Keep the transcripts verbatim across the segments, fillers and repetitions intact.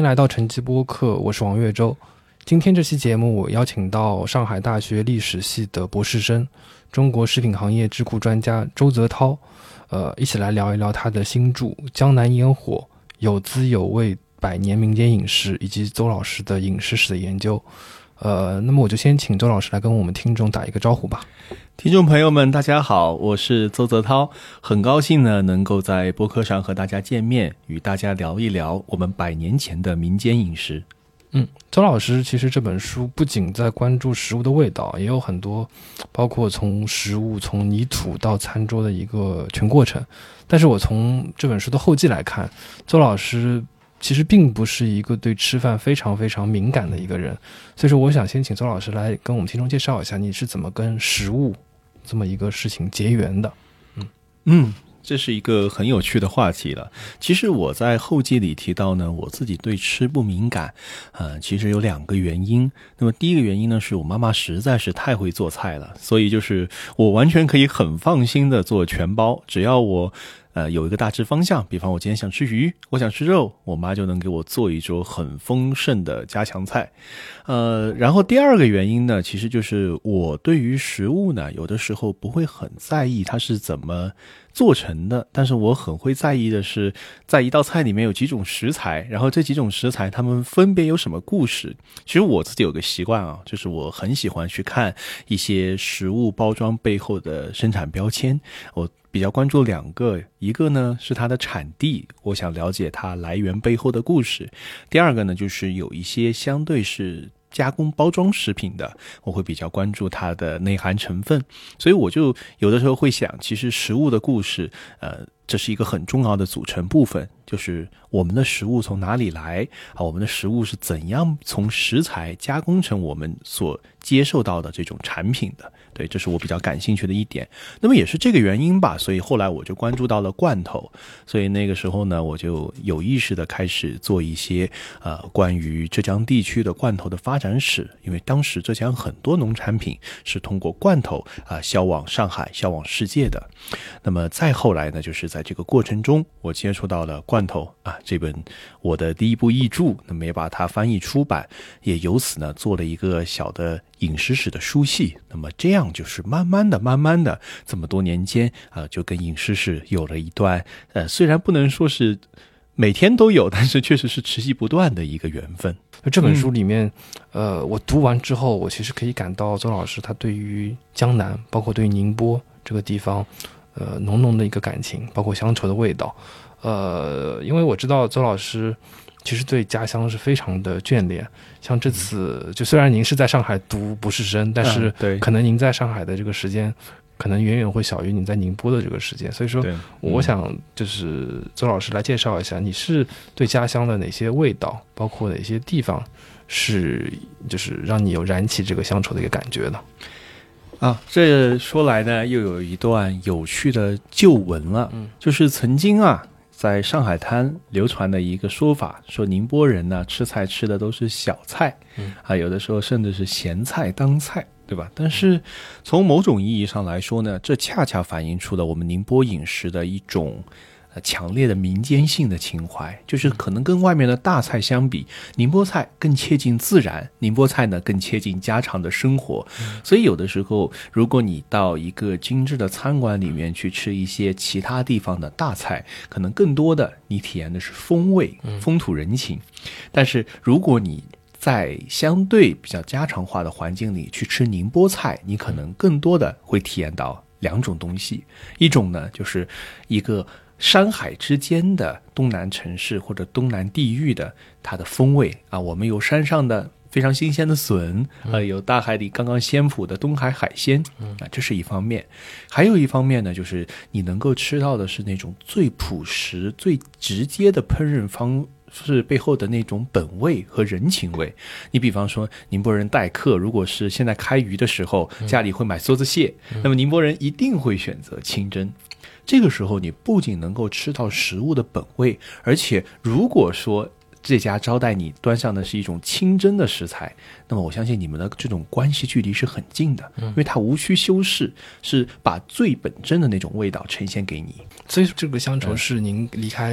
来到晨记播客，我是王岳洲。今天这期节目我邀请到上海大学历史系的博士生，中国食品行业智库专家周泽涛，呃，一起来聊一聊他的新著《江南烟火：有滋有味百年民间饮食》，以及周老师的饮食史的研究。呃，那么我就先请周老师来跟我们听众打一个招呼吧。 听众朋友们大家好，我是周泽涛，很高兴呢能够在播客上和大家见面，与大家聊一聊我们百年前的民间饮食。 嗯，周老师其实这本书不仅在关注食物的味道，也有很多包括从食物从泥土到餐桌的一个全过程。但是我从这本书的后记来看，周老师其实并不是一个对吃饭非常非常敏感的一个人，所以说我想先请周老师来跟我们听众介绍一下你是怎么跟食物这么一个事情结缘的。 嗯嗯，这是一个很有趣的话题了。其实我在后记里提到呢，我自己对吃不敏感，呃，其实有两个原因。那么第一个原因呢，是我妈妈实在是太会做菜了，所以就是我完全可以很放心的做全包，只要我呃，有一个大致方向，比方我今天想吃鱼，我想吃肉，我妈就能给我做一桌很丰盛的家常菜。呃，然后第二个原因呢，其实就是我对于食物呢，有的时候不会很在意它是怎么做成的，但是我很会在意的是，在一道菜里面有几种食材，然后这几种食材它们分别有什么故事。其实我自己有个习惯啊，就是我很喜欢去看一些食物包装背后的生产标签，我比较关注两个，一个呢是它的产地，我想了解它来源背后的故事。第二个呢，就是有一些相对是加工包装食品的，我会比较关注它的内涵成分。所以我就有的时候会想，其实食物的故事，呃，这是一个很重要的组成部分，就是我们的食物从哪里来啊？我们的食物是怎样从食材加工成我们所接受到的这种产品的？对，这是我比较感兴趣的一点。那么也是这个原因吧，所以后来我就关注到了罐头。所以那个时候呢，我就有意识的开始做一些呃关于浙江地区的罐头的发展史，因为当时浙江很多农产品是通过罐头啊、呃、销往上海、销往世界的。那么再后来呢，就是在这个过程中，我接触到了罐头啊这本我的第一部译著，那么也把它翻译出版，也由此呢做了一个小的饮食史的书系。那么这样就是慢慢的慢慢的这么多年间啊、呃，就跟饮食史有了一段呃，虽然不能说是每天都有，但是确实是持续不断的一个缘分。 这本书里面、嗯、呃，我读完之后，我其实可以感到周老师他对于江南，包括对于宁波这个地方呃，浓浓的一个感情，包括乡愁的味道。呃，因为我知道周老师其实对家乡是非常的眷恋，像这次就虽然您是在上海读博士生，但是可能您在上海的这个时间可能远远会小于您在宁波的这个时间，所以说我想就是周老师来介绍一下，你是对家乡的哪些味道，包括哪些地方是就是让你有燃起这个乡愁的一个感觉的啊，这说来呢，又有一段有趣的旧闻了，嗯，就是曾经啊，在上海滩流传的一个说法，说宁波人呢吃菜吃的都是小菜，嗯啊，有的时候甚至是咸菜当菜，对吧？但是从某种意义上来说呢，这恰恰反映出了我们宁波饮食的一种呃强烈的民间性的情怀，就是可能跟外面的大菜相比，宁波菜更贴近自然，宁波菜呢更贴近家常的生活。所以有的时候如果你到一个精致的餐馆里面去吃一些其他地方的大菜，可能更多的你体验的是风味、风土人情。但是如果你在相对比较家常化的环境里去吃宁波菜，你可能更多的会体验到两种东西。一种呢，就是一个山海之间的东南城市或者东南地域的它的风味啊，我们有山上的非常新鲜的笋，呃，有大海里刚刚鲜捕的东海海鲜，啊，这是一方面。还有一方面呢，就是你能够吃到的是那种最朴实、最直接的烹饪方是背后的那种本味和人情味。你比方说宁波人待客，如果是现在开鱼的时候家里会买梭子蟹，那么宁波人一定会选择清蒸。这个时候你不仅能够吃到食物的本味，而且如果说这家招待你端上的是一种清蒸的食材，那么我相信你们的这种关系距离是很近的，因为它无需修饰，是把最本真的那种味道呈现给你。 所以这个乡愁是您离开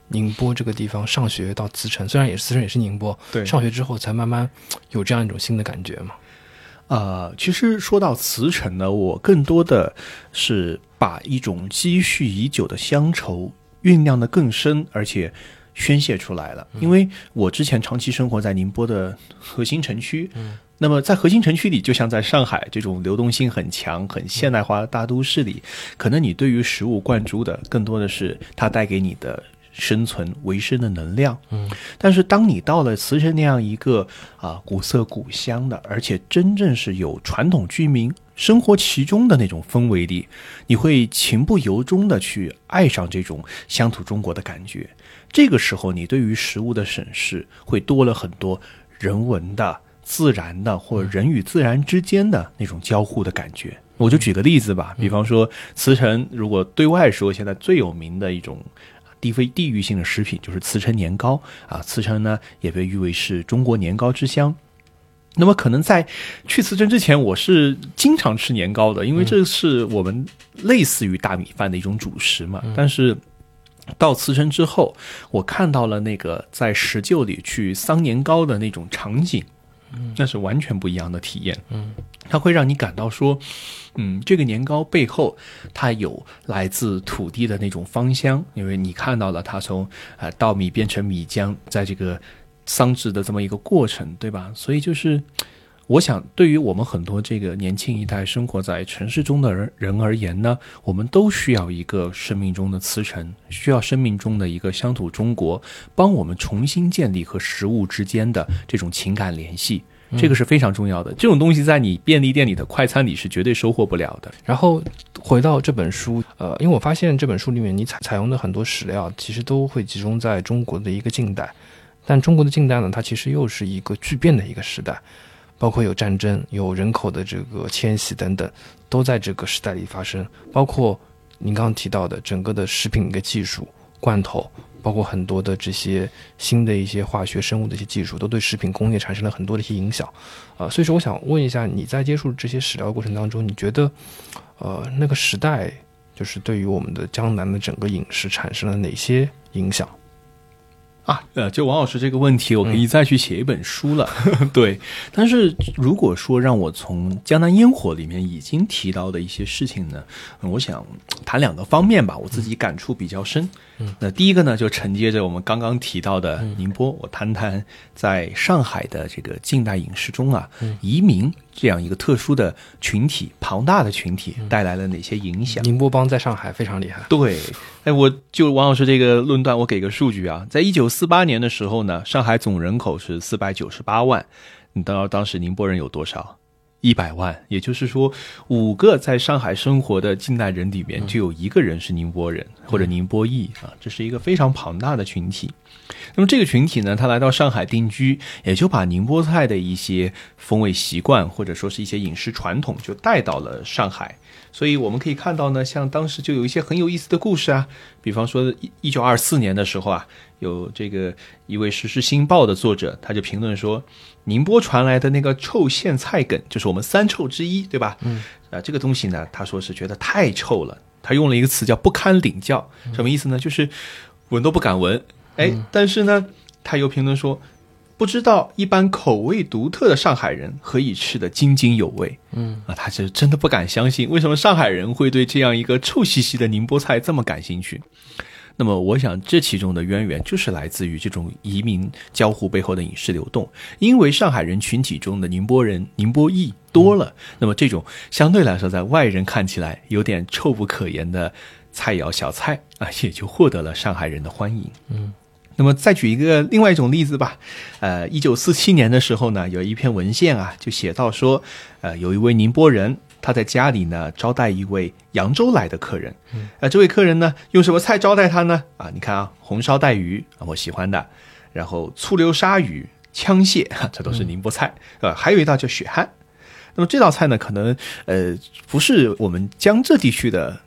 宁波这个地方上学到慈城，虽然也是慈城也是宁波， 对， 上学之后才慢慢有这样一种新的感觉嘛？ 呃，其实说到慈城呢，我更多的是把一种积蓄已久的乡愁酝酿得更深，而且宣泄出来了。因为我之前长期生活在宁波的核心城区，嗯，那么在核心城区里，就像在上海这种流动性很强、很现代化的大都市里，可能你对于食物灌注的更多的是它带给你的生存维生的能量，嗯，但是当你到了慈城那样一个啊古色古香的，而且真正是有传统居民生活其中的那种氛围里，你会情不由衷的去爱上这种乡土中国的感觉。这个时候，你对于食物的审视会多了很多人文的、自然的，或者人与自然之间的那种交互的感觉。我就举个例子吧，比方说慈城，如果对外说现在最有名的一种地非地域性的食品就是慈城年糕啊，慈城呢也被誉为是中国年糕之乡。那么可能在去慈城之前，我是经常吃年糕的，因为这是我们类似于大米饭的一种主食嘛。但是到慈城之后，我看到了那个在石臼里去桑年糕的那种场景，那是完全不一样的体验。嗯，它会让你感到说，嗯，这个年糕背后它有来自土地的那种芳香，因为你看到了它从呃稻米变成米浆，在这个桑制的这么一个过程，对吧？所以就是我想对于我们很多这个年轻一代生活在城市中的人而言呢，我们都需要一个生命中的慈城，需要生命中的一个乡土中国，帮我们重新建立和食物之间的这种情感联系。这个是非常重要的，这种东西在你便利店里的快餐里是绝对收获不了的。 然后回到这本书，呃，因为我发现这本书里面你采采用的很多史料其实都会集中在中国的一个近代，但中国的近代呢，它其实又是一个巨变的一个时代，包括有战争、有人口的这个迁徙等等，都在这个时代里发生。包括您刚刚提到的整个的食品一个技术、罐头，包括很多的这些新的一些化学生物的一些技术，都对食品工业产生了很多的一些影响。呃，所以说我想问一下，你在接触这些史料的过程当中，你觉得呃那个时代就是对于我们的江南的整个饮食产生了哪些影响？ 啊，呃，就王老师这个问题，我可以再去写一本书了。嗯、对，但是如果说让我从《江南烟火》里面已经提到的一些事情呢，嗯、我想谈两个方面吧，我自己感触比较深。嗯，那第一个呢，就承接着我们刚刚提到的宁波，嗯、我谈谈在上海的这个近代饮食中啊，嗯、移民这样一个特殊的群体、庞大的群体带来了哪些影响？ 宁波帮在上海非常厉害。 对，哎，我就王老师这个论断，我给个数据啊，在一九四八年的时候呢，上海总人口是四百九十八万，你知道当时宁波人有多少？一百万，也就是说，五个在上海生活的近代人里面，就有一个人是宁波人、嗯、或者宁波裔啊，这是一个非常庞大的群体。那么这个群体呢，他来到上海定居，也就把宁波菜的一些风味习惯，或者说是一些饮食传统，就带到了上海。所以我们可以看到呢，像当时就有一些很有意思的故事啊，比方说一九二四年的时候啊，有这个一位时事新报的作者，他就评论说，宁波传来的那个臭苋菜梗，就是我们三臭之一，对吧？嗯，啊，这个东西呢，他说是觉得太臭了，他用了一个词叫不堪领教，什么意思呢？就是闻都不敢闻。哎，但是呢，他又评论说，不知道一般口味独特的上海人何以吃得津津有味。嗯啊，他是真的不敢相信，为什么上海人会对这样一个臭兮兮的宁波菜这么感兴趣。那么我想这其中的渊源就是来自于这种移民交互背后的饮食流动，因为上海人群体中的宁波人、宁波裔多了，那么这种相对来说在外人看起来有点臭不可言的菜肴小菜啊，也就获得了上海人的欢迎。嗯，那么再举一个另外一种例子吧，呃，一九四七年的时候呢，有一篇文献啊，就写到说，呃，有一位宁波人，他在家里呢招待一位扬州来的客人，嗯、呃，这位客人呢用什么菜招待他呢？啊，你看啊，红烧带鱼啊，我喜欢的，然后醋溜鲨鱼、枪蟹，这都是宁波菜，呃，还有一道叫血汗。那么这道菜呢，可能呃不是我们江浙地区的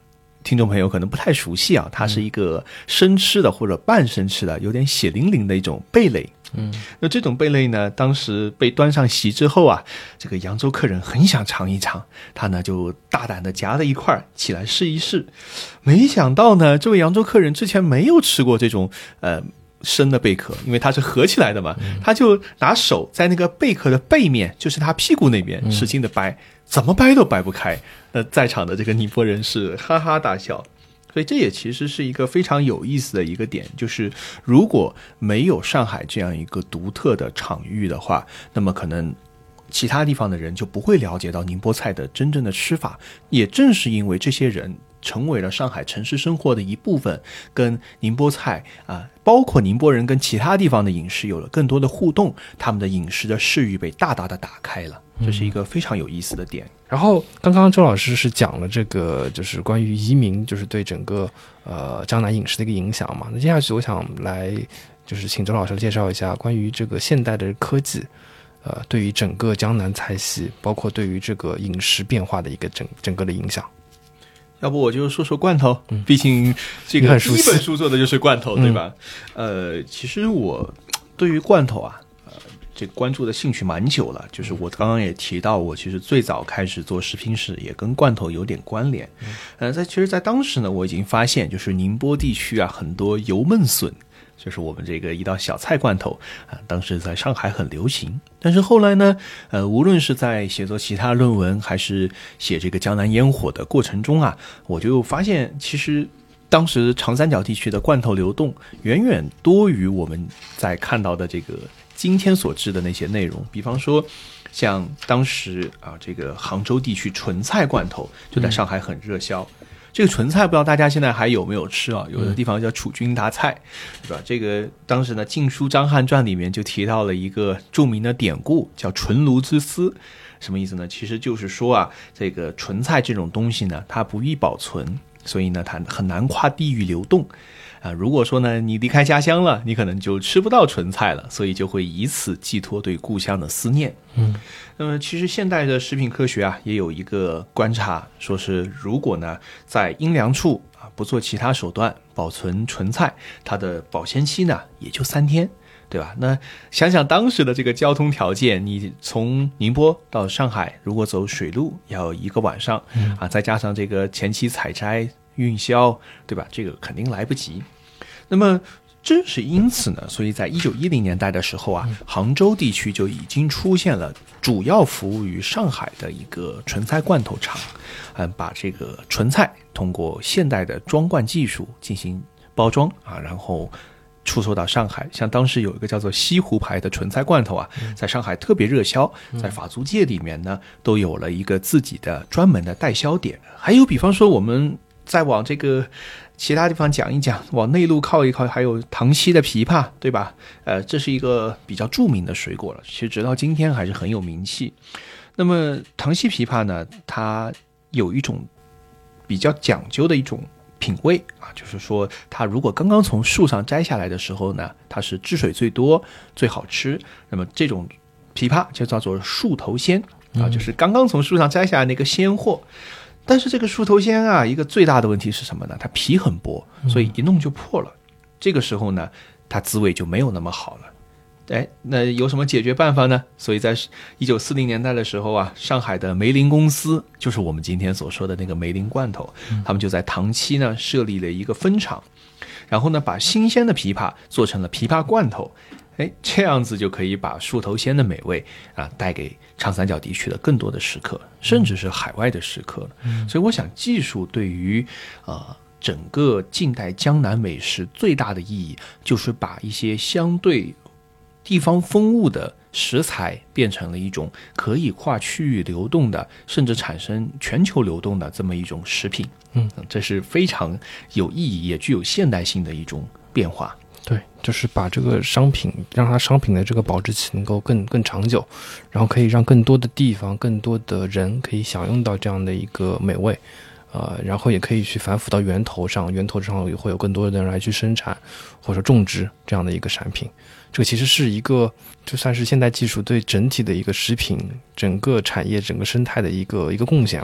听众朋友可能不太熟悉啊，它是一个生吃的或者半生吃的，有点血淋淋的一种贝类。嗯，那这种贝类呢，当时被端上席之后啊，这个扬州客人很想尝一尝，他呢就大胆的夹了一块起来试一试。没想到呢，这位扬州客人之前没有吃过这种呃生的贝壳，因为它是合起来的嘛，嗯、他就拿手在那个贝壳的背面，就是他屁股那边使劲的掰，嗯、怎么掰都掰不开。那在场的这个宁波人是哈哈大笑。所以这也其实是一个非常有意思的一个点，就是如果没有上海这样一个独特的场域的话，那么可能其他地方的人就不会了解到宁波菜的真正的吃法。也正是因为这些人成为了上海城市生活的一部分，跟宁波菜啊，包括宁波人跟其他地方的饮食有了更多的互动，他们的饮食的视域被大大的打开了，这是一个非常有意思的点。 嗯、然后刚刚周老师是讲了这个就是关于移民就是对整个呃江南饮食的一个影响嘛，那接下去我想来就是请周老师介绍一下关于这个现代的科技呃对于整个江南菜系包括对于这个饮食变化的一个整整个的影响。 要不我就说说罐头，嗯、毕竟这个第一本书做的就是罐头，对吧？嗯、呃，其实我对于罐头啊，呃，这个关注的兴趣蛮久了。就是我刚刚也提到，我其实最早开始做食品史，也跟罐头有点关联。嗯、呃，在其实，在当时呢，我已经发现，就是宁波地区啊，很多油焖笋。就是我们这个一道小菜罐头啊，当时在上海很流行。但是后来呢，呃，无论是在写作其他论文，还是写这个江南烟火的过程中啊，我就发现其实当时长三角地区的罐头流动远远多于我们在看到的这个今天所知的那些内容。比方说像当时啊，这个杭州地区纯菜罐头就在上海很热销。嗯，这个纯菜不知道大家现在还有没有吃啊？有的地方叫楚君达菜，对吧？这个当时呢，《晋书·张翰传》里面就提到了一个著名的典故，叫纯炉之丝。什么意思呢？其实就是说啊，这个纯菜这种东西呢，它不易保存，所以呢，它很难跨地域流动。啊，如果说呢，你离开家乡了，你可能就吃不到纯菜了，所以就会以此寄托对故乡的思念。嗯，那么其实现代的食品科学啊，也有一个观察，说是如果呢，在阴凉处啊，不做其他手段保存纯菜，它的保鲜期呢也就三天，对吧？那想想当时的这个交通条件，你从宁波到上海，如果走水路要一个晚上，嗯、啊，再加上这个前期采摘、运销，对吧？这个肯定来不及。那么正是因此呢，所以在一九一零年代的时候啊，杭州地区就已经出现了主要服务于上海的一个纯菜罐头厂，嗯，把这个纯菜通过现代的装罐技术进行包装啊，然后出售到上海。像当时有一个叫做西湖牌的纯菜罐头啊，在上海特别热销，在法租界里面呢，都有了一个自己的专门的代销点。还有比方说我们再往这个其他地方讲一讲，往内陆靠一靠，还有塘西的枇杷，对吧？呃，这是一个比较著名的水果了，其实直到今天还是很有名气。那么塘西枇杷呢，它有一种比较讲究的一种品味啊，就是说它如果刚刚从树上摘下来的时候呢，它是汁水最多最好吃。那么这种枇杷就叫做树头鲜啊，就是刚刚从树上摘下来那个鲜货。但是这个树头鲜啊，一个最大的问题是什么呢？它皮很薄，所以一弄就破了。嗯、这个时候呢，它滋味就没有那么好了。哎，那有什么解决办法呢？所以在一九四零年代的时候啊，上海的梅林公司，就是我们今天所说的那个梅林罐头，嗯、他们就在塘西呢设立了一个分厂，然后呢把新鲜的枇杷做成了枇杷罐头。哎，这样子就可以把树头鲜的美味啊带给长三角地区的更多的食客，甚至是海外的食客。嗯、所以我想技术对于呃整个近代江南美食最大的意义，就是把一些相对地方风物的食材变成了一种可以跨区域流动的，甚至产生全球流动的这么一种食品。嗯，这是非常有意义也具有现代性的一种变化。 对，就是把这个商品让它商品的这个保质期能够更更长久，然后可以让更多的地方更多的人可以享用到这样的一个美味，呃，然后也可以去反腐到源头上，源头上会有更多的人来去生产或者种植这样的一个产品。这个其实是一个就算是现代技术对整体的一个食品整个产业整个生态的一个一个贡献吧。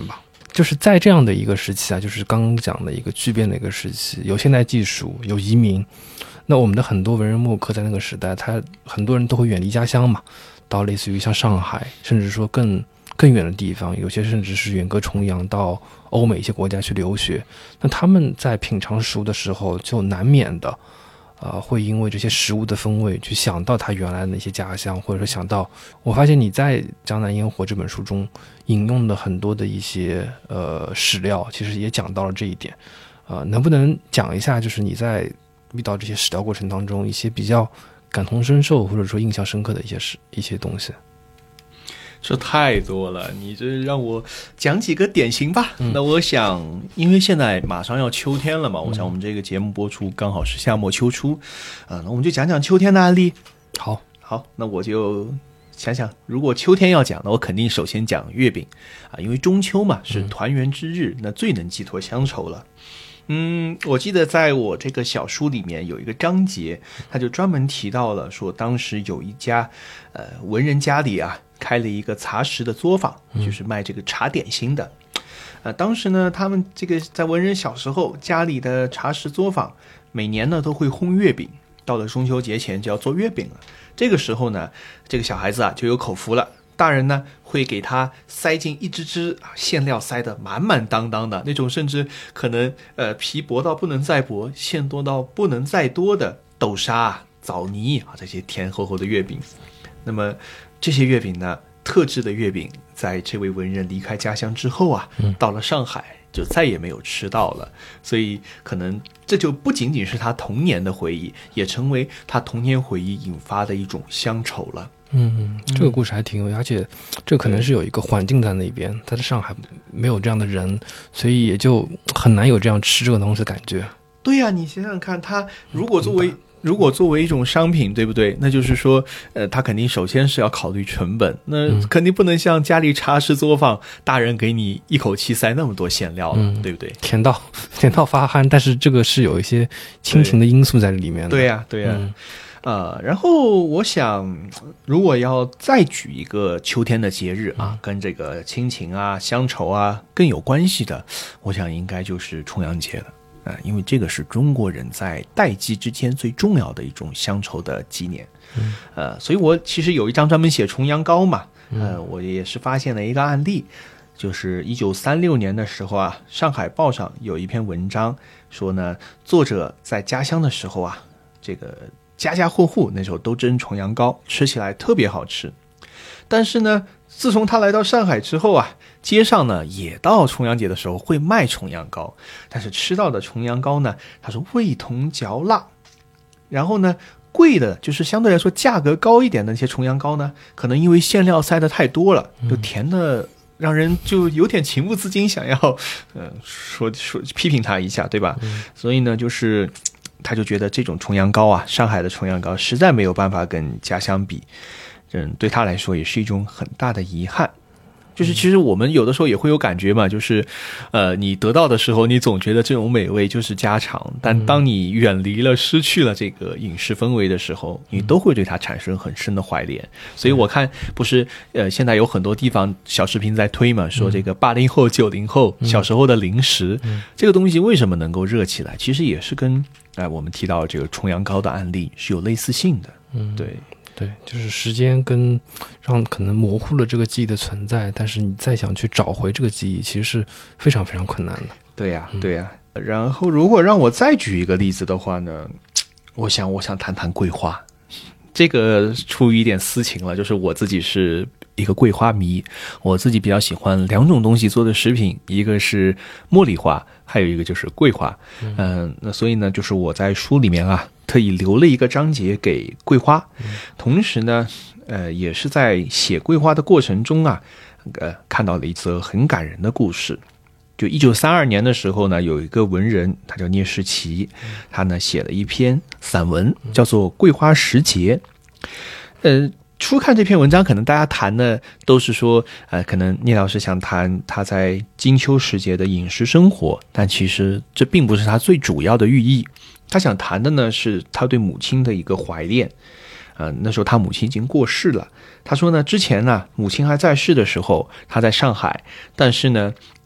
就是在这样的一个时期啊，就是刚刚讲的一个巨变的一个时期，有现代技术，有移民，那我们的很多文人墨客在那个时代，他很多人都会远离家乡嘛，到类似于像上海，甚至说更更远的地方，有些甚至是远隔重洋到欧美一些国家去留学。那他们在品尝食物的时候，就难免的呃，会因为这些食物的风味去想到他原来的那些家乡，或者说想到，我发现你在《江南烟火》这本书中引用的很多的一些呃史料，其实也讲到了这一点。呃，能不能讲一下，就是你在遇到这些史料过程当中一些比较感同身受或者说印象深刻的一些事一些东西？ 这太多了，你这让我讲几个典型吧。 嗯、 那我想，因为现在马上要秋天了嘛，我想我们这个节目播出刚好是夏末秋初，啊、呃，那我们就讲讲秋天的案例。 好， 好，那我就想想，如果秋天要讲，那我肯定首先讲月饼啊，因为中秋嘛是团圆之日，嗯、那最能寄托乡愁了。嗯，我记得在我这个小书里面有一个章节，他就专门提到了说，当时有一家呃文人家里啊开了一个茶食的作坊，就是卖这个茶点心的。呃，当时呢，他们这个在文人小时候家里的茶食作坊，每年呢都会烘月饼，到了中秋节前就要做月饼了。这个时候呢，这个小孩子啊就有口福了。大人呢会给他塞进一只只馅料塞得满满当当的那种，甚至可能呃皮薄到不能再薄，馅多到不能再多的豆沙、枣泥啊，这些甜厚厚的月饼。那么这些月饼呢，特制的月饼，在这位文人离开家乡之后啊，到了上海就再也没有吃到了。所以可能这就不仅仅是他童年的回忆，也成为他童年回忆引发的一种乡愁了。 嗯，这个故事还挺有意思，而且这可能是有一个环境在那边，他在上海没有这样的人，所以也就很难有这样吃这个东西的感觉。 对呀、啊，你想想看，他如果作为如果作为一种商品，对不对？那就是说，呃，他肯定首先是要考虑成本，那肯定不能像家里茶食作坊，大人给你一口气塞那么多馅料了，嗯、对不对？ 甜到甜到发酣，但是这个是有一些亲情的因素在里面的。 对呀、啊，对呀、啊。嗯呃，然后我想，如果要再举一个秋天的节日啊，跟这个亲情啊、乡愁啊更有关系的，我想应该就是重阳节了啊、呃，因为这个是中国人在代际之间最重要的一种乡愁的纪念。嗯、呃，所以我其实有一章专门写重阳糕嘛，呃，我也是发现了一个案例，就是一九三六年的时候啊，上海报上有一篇文章说呢，作者在家乡的时候啊，这个家家户户那时候都蒸重阳糕，吃起来特别好吃。但是呢，自从他来到上海之后啊，街上呢也到重阳节的时候会卖重阳糕，但是吃到的重阳糕呢，他说味同嚼蜡。然后呢，贵的就是相对来说价格高一点的那些重阳糕呢，可能因为馅料塞得太多了，就甜的让人就有点情不自禁想要呃说说批评他一下，对吧？嗯、所以呢，就是他就觉得这种重阳糕啊，上海的重阳糕实在没有办法跟家乡比，嗯，对他来说也是一种很大的遗憾。就是其实我们有的时候也会有感觉嘛，就是呃，你得到的时候你总觉得这种美味就是家常，但当你远离了失去了这个饮食氛围的时候，你都会对它产生很深的怀恋。所以我看不是呃，现在有很多地方小视频在推嘛，说这个八零后九零后小时候的零食、嗯、这个东西为什么能够热起来，其实也是跟哎、呃、我们提到这个重阳糕的案例是有类似性的。嗯，对对，就是时间跟让可能模糊了这个记忆的存在，但是你再想去找回这个记忆，其实是非常非常困难的。 对呀、啊，对呀、啊。然后，如果让我再举一个例子的话呢，我想，我想谈谈桂花。这个出于一点私情了，就是我自己是一个桂花迷，我自己比较喜欢两种东西做的食品，一个是茉莉花，还有一个就是桂花。嗯、呃，那所以呢，就是我在书里面啊，特意留了一个章节给桂花，同时呢，呃，也是在写桂花的过程中啊，呃，看到了一则很感人的故事。就一九三二年的时候呢，有一个文人，他叫聂士奇，他呢写了一篇散文，叫做《桂花时节》。呃，初看这篇文章，可能大家谈的都是说，呃，可能聂老师想谈他在金秋时节的饮食生活，但其实这并不是他最主要的寓意。他想谈的呢，是他对母亲的一个怀念。呃，那时候他母亲已经过世了。他说呢，之前呢，母亲还在世的时候，他在上海，但是呢，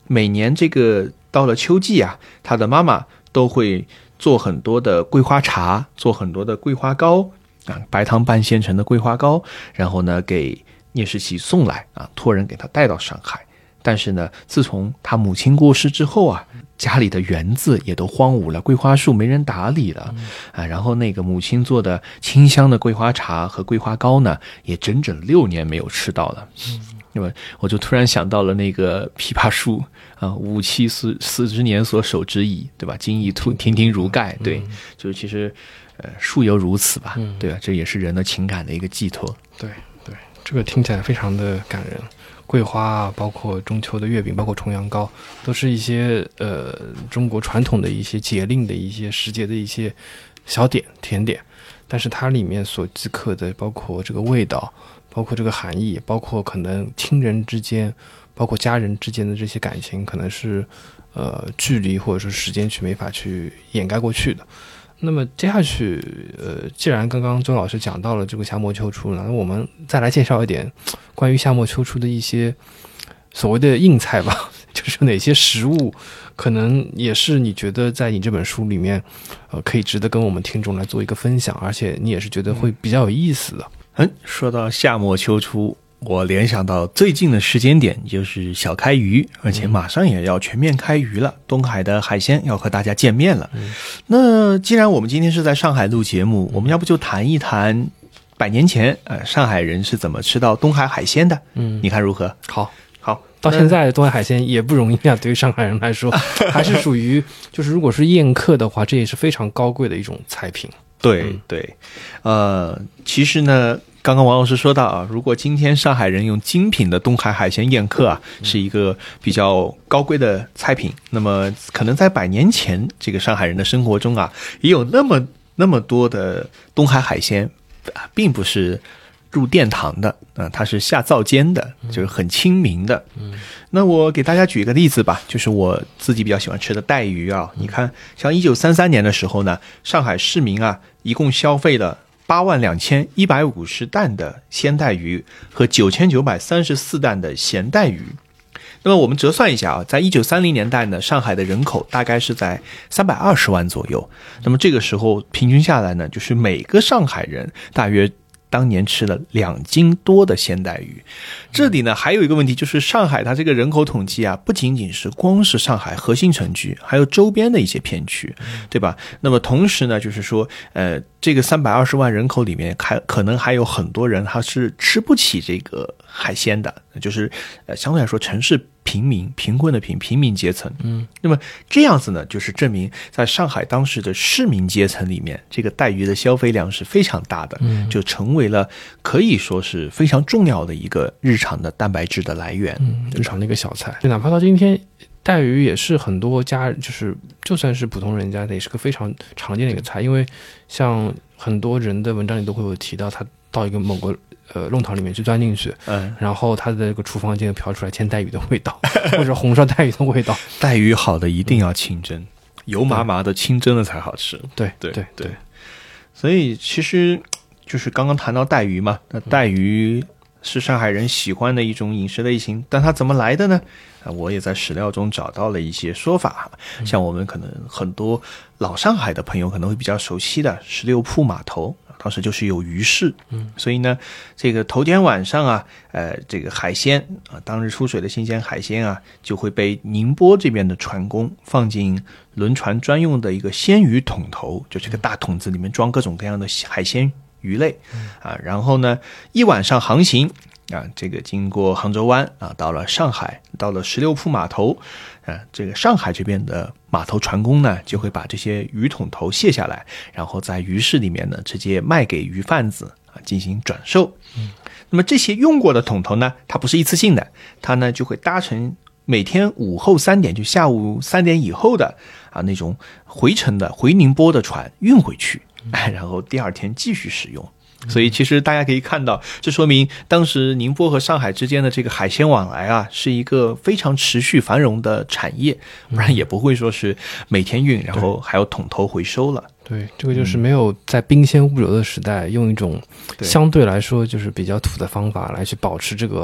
每年这个到了秋季啊，他的妈妈都会做很多的桂花茶，做很多的桂花糕啊，白糖半现成的桂花糕，然后呢给聂士奇送来啊，托人给他带到上海。但是呢，自从他母亲过世之后啊，家里的园子也都荒芜了，桂花树没人打理了、嗯、啊。然后那个母亲做的清香的桂花茶和桂花糕呢，也整整六年没有吃到了。嗯，那么我就突然想到了那个枇杷树啊，吾妻四四十年所手之矣，对吧？今亦亭亭如盖，对，嗯、就是其实呃树犹如此吧，嗯、对吧？这也是人的情感的一个寄托。 对对，这个听起来非常的感人。桂花啊，包括中秋的月饼，包括重阳糕，都是一些呃中国传统的一些节令的一些时节的一些小点甜点，但是它里面所寄刻的，包括这个味道，包括这个含义，包括可能亲人之间，包括家人之间的这些感情，可能是呃距离或者说时间去没法去掩盖过去的。那么接下去，呃，既然刚刚周老师讲到了这个夏末秋初呢，那我们再来介绍一点关于夏末秋初的一些所谓的硬菜吧，就是哪些食物可能也是你觉得在你这本书里面，呃，可以值得跟我们听众来做一个分享，而且你也是觉得会比较有意思的。 嗯，说到夏末秋初，我联想到最近的时间点就是小开渔，而且马上也要全面开渔了、嗯、东海的海鲜要和大家见面了、嗯、那既然我们今天是在上海录节目、嗯、我们要不就谈一谈百年前、呃、上海人是怎么吃到东海海鲜的，嗯，你看如何？ 好好， 到现在东海海鲜也不容易啊，对于上海人来说还是属于就是如果是宴客的话，这也是非常高贵的一种菜品。 对、嗯、对，呃，其实呢刚刚王老师说到啊，如果今天上海人用精品的东海海鲜宴客啊，是一个比较高贵的菜品，那么可能在百年前这个上海人的生活中啊，也有那么那么多的东海海鲜啊，并不是入殿堂的啊，它是下灶间的，就是很亲民的。嗯，那我给大家举一个例子吧，就是我自己比较喜欢吃的带鱼啊。你看，像一九三三年的时候呢，上海市民啊，一共消费了八万两千一百五十担的鲜带鱼和九千九百三十四担的咸带鱼。那么我们折算一下啊，在一九三零年代呢，上海的人口大概是在三百二十万左右。那么这个时候平均下来呢，就是每个上海人大约当年吃了两斤多的鲜带鱼。这里呢还有一个问题，就是上海它这个人口统计啊，不仅仅是光是上海核心城区，还有周边的一些片区，对吧？那么同时呢，就是说呃这个三百二十万人口里面还可能还有很多人他是吃不起这个海鲜的，就是呃相对来说城市平民，贫困的贫平民阶层。嗯，那么这样子呢，就是证明在上海当时的市民阶层里面，这个带鱼的消费量是非常大的，嗯，就成为了可以说是非常重要的一个日常的蛋白质的来源， 嗯，日常的一个小菜。哪怕到今天，带鱼也是很多家，就是就算是普通人家的，也是个非常常见的一个菜。因为像很多人的文章里都会有提到，他到一个某个呃弄堂里面去钻进去，嗯，然后他的这个厨房间飘出来煎带鱼的味道，或者红烧带鱼的味道。 带鱼好的一定要清蒸，嗯、油麻麻的清蒸的才好吃。 对对对对， 所以其实就是刚刚谈到带鱼嘛，那带鱼是上海人喜欢的一种饮食类型，但它怎么来的呢？我也在史料中找到了一些说法，像我们可能很多老上海的朋友可能会比较熟悉的十六铺码头，当时就是有鱼市，嗯，所以呢，这个头天晚上啊，呃，这个海鲜啊，当日出水的新鲜海鲜啊，就会被宁波这边的船工放进轮船专用的一个鲜鱼桶头，就这个大桶子里面装各种各样的海鲜鱼类啊，然后呢，一晚上航行啊，这个经过杭州湾啊，到了上海，到了十六铺码头啊，这个上海这边的码头船工呢，就会把这些鱼桶头卸下来，然后在鱼市里面呢，直接卖给鱼贩子啊，进行转售。嗯，那么这些用过的桶头呢，它不是一次性的，它呢就会搭乘每天午后三点，就下午三点以后的啊那种回程的回宁波的船运回去，哎，然后第二天继续使用。所以其实大家可以看到，这说明当时宁波和上海之间的这个海鲜往来啊，是一个非常持续繁荣的产业，不然也不会说是每天运，然后还有桶头回收了。 对，这个就是没有在冰鲜物流的时代，用一种相对来说就是比较土的方法来去保持这个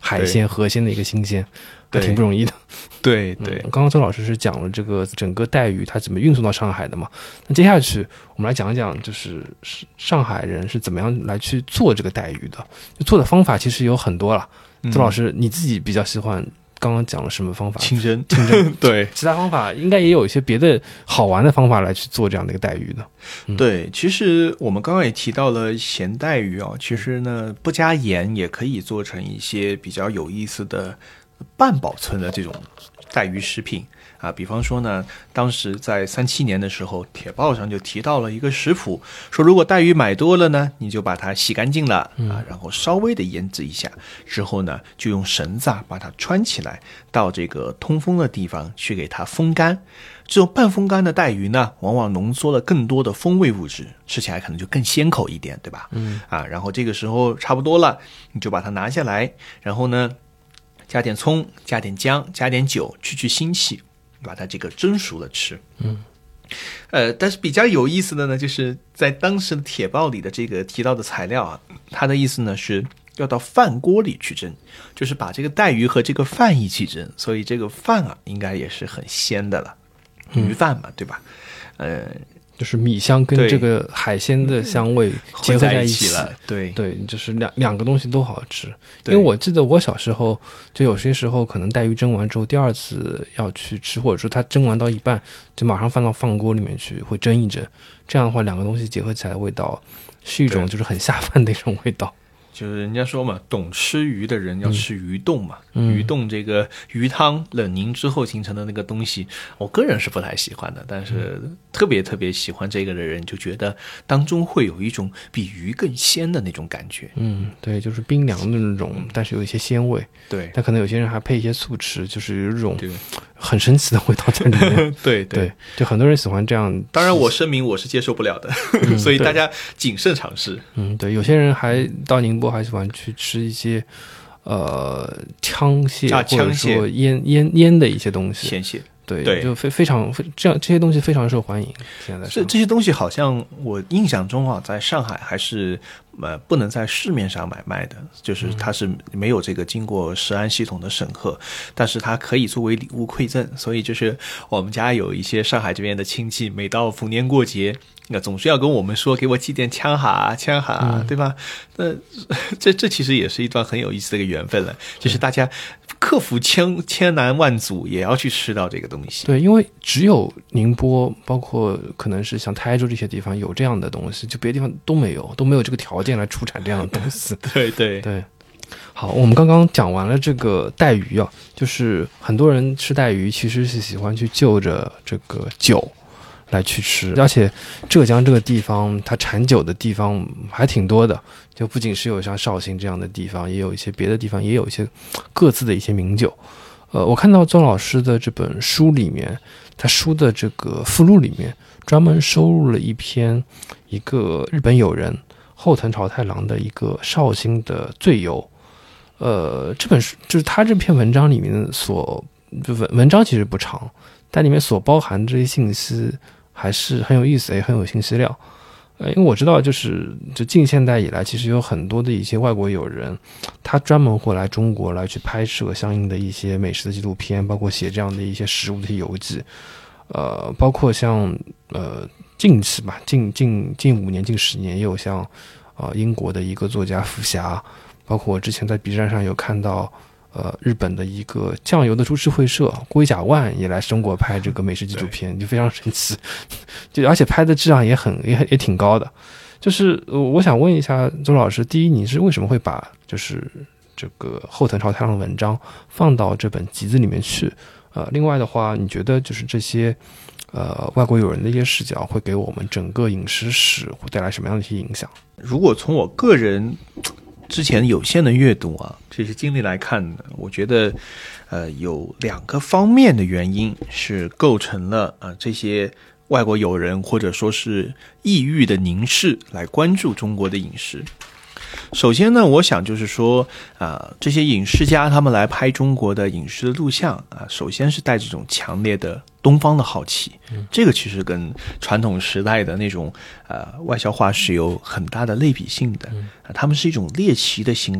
海鲜河鲜的一个新鲜，还挺不容易的。 对对、 嗯，刚刚周老师是讲了这个整个带鱼它怎么运送到上海的嘛？那接下去我们来讲一讲，就是上海人是怎么样来去做这个带鱼的。就做的方法其实有很多了。 嗯、 周老师你自己比较喜欢刚刚讲了什么方法？ 清蒸， 清蒸对， 其他方法应该也有一些别的好玩的方法来去做这样的一个带鱼的。 嗯、对，其实我们刚刚也提到了咸带鱼哦，其实呢不加盐也可以做成一些比较有意思的半保存的这种带鱼食品啊，比方说呢，当时在三七年的时候，铁报上就提到了一个食谱，说如果带鱼买多了呢，你就把它洗干净了啊，然后稍微的腌制一下，之后呢，就用绳子啊把它穿起来，到这个通风的地方去给它风干。这种半风干的带鱼呢，往往浓缩了更多的风味物质，吃起来可能就更鲜口一点，对吧？嗯啊，然后这个时候差不多了，你就把它拿下来，然后呢，加点葱，加点姜，加点酒，去去腥气，把它这个蒸熟了吃。 嗯， 呃，但是比较有意思的呢，就是在当时的铁报里的这个提到的材料啊，它的意思呢是要到饭锅里去蒸，就是把这个带鱼和这个饭一起蒸，所以这个饭啊应该也是很鲜的了，鱼饭嘛，对吧？呃。 就是米香跟这个海鲜的香味结合在一起了，对对，就是两两个东西都好吃。因为我记得我小时候就有些时候可能带鱼蒸完之后，第二次要去吃，或者说它蒸完到一半就马上放到饭锅里面去，会蒸一蒸。这样的话，两个东西结合起来的味道是一种就是很下饭的一种味道。 就是人家说嘛，懂吃鱼的人要吃鱼冻嘛， 嗯、 鱼冻这个鱼汤冷凝之后形成的那个东西，我个人是不太喜欢的，但是特别特别喜欢这个的人就觉得当中会有一种比鱼更鲜的那种感觉。 嗯，对，就是冰凉的那种，但是有一些鲜味。 对， 但可能有些人还配一些醋吃，就是有一种很神奇的味道在里面。 对 对, 对，就很多人喜欢这样。 当然我声明我是接受不了的、嗯、所以大家谨慎尝试。 嗯，对，有些人还到宁波还喜欢去吃一些呃枪蟹、 啊、 或者说腌腌腌的一些东西， 鲜蟹。 对， 对， 就非非常非这样这些东西非常受欢迎。现在这这些东西好像我印象中啊，在上海还是呃不能在市面上买卖的，就是它是没有这个经过食安系统的审核，但是它可以作为礼物馈赠。所以就是我们家有一些上海这边的亲戚，每到逢年过节，那总是要跟我们说，给我寄点枪哈枪哈、嗯，对吧？那这这其实也是一段很有意思的一个缘分了，就是大家克服千千难万阻，也要去吃到这个东西。 对，因为只有宁波，包括可能是像台州这些地方有这样的东西，就别的地方都没有，都没有这个条件来出产这样的东西。 对对对。好，我们刚刚讲完了这个带鱼啊，就是很多人吃带鱼其实是喜欢去就着这个酒来去吃，而且浙江这个地方它产酒的地方还挺多的，就不仅是有像绍兴这样的地方，也有一些别的地方也有一些各自的一些名酒。呃，我看到周老师的这本书里面，他书的这个附录里面专门收录了一篇一个日本友人后藤朝太郎的一个绍兴的醉游。呃，这本书就是他这篇文章里面所就文文章其实不长，但里面所包含的这些信息还是很有意思，也很有信息量。呃，因为我知道，就是就近现代以来，其实有很多的一些外国友人，他专门会来中国来去拍摄相应的一些美食的纪录片，包括写这样的一些食物的游记。呃，包括像呃近期吧，近近近五年、近十年，也有像呃英国的一个作家福霞，包括我之前在 B 站上有看到。呃，日本的一个酱油的株式会社龟甲万也来中国拍这个美食纪录片，就非常神奇，就而且拍的质量也很也也挺高的。就是呃，我想问一下周老师，第一，你是为什么会把就是这个后藤朝太郎的文章放到这本集子里面去？呃，另外的话，你觉得就是这些呃外国友人的一些视角会给我们整个饮食史会带来什么样的一些影响？ 如果从我个人之前有限的阅读啊，这些经历来看呢，我觉得，呃，有两个方面的原因是构成了啊、呃、这些外国友人或者说是异域的凝视来关注中国的饮食。首先呢，我想就是说啊、呃，这些影视家他们来拍中国的饮食的录像啊，首先是带这种强烈的东方的好奇，嗯、这个其实跟传统时代的那种呃外销化是有很大的类比性的。嗯啊、他们是一种猎奇的心理，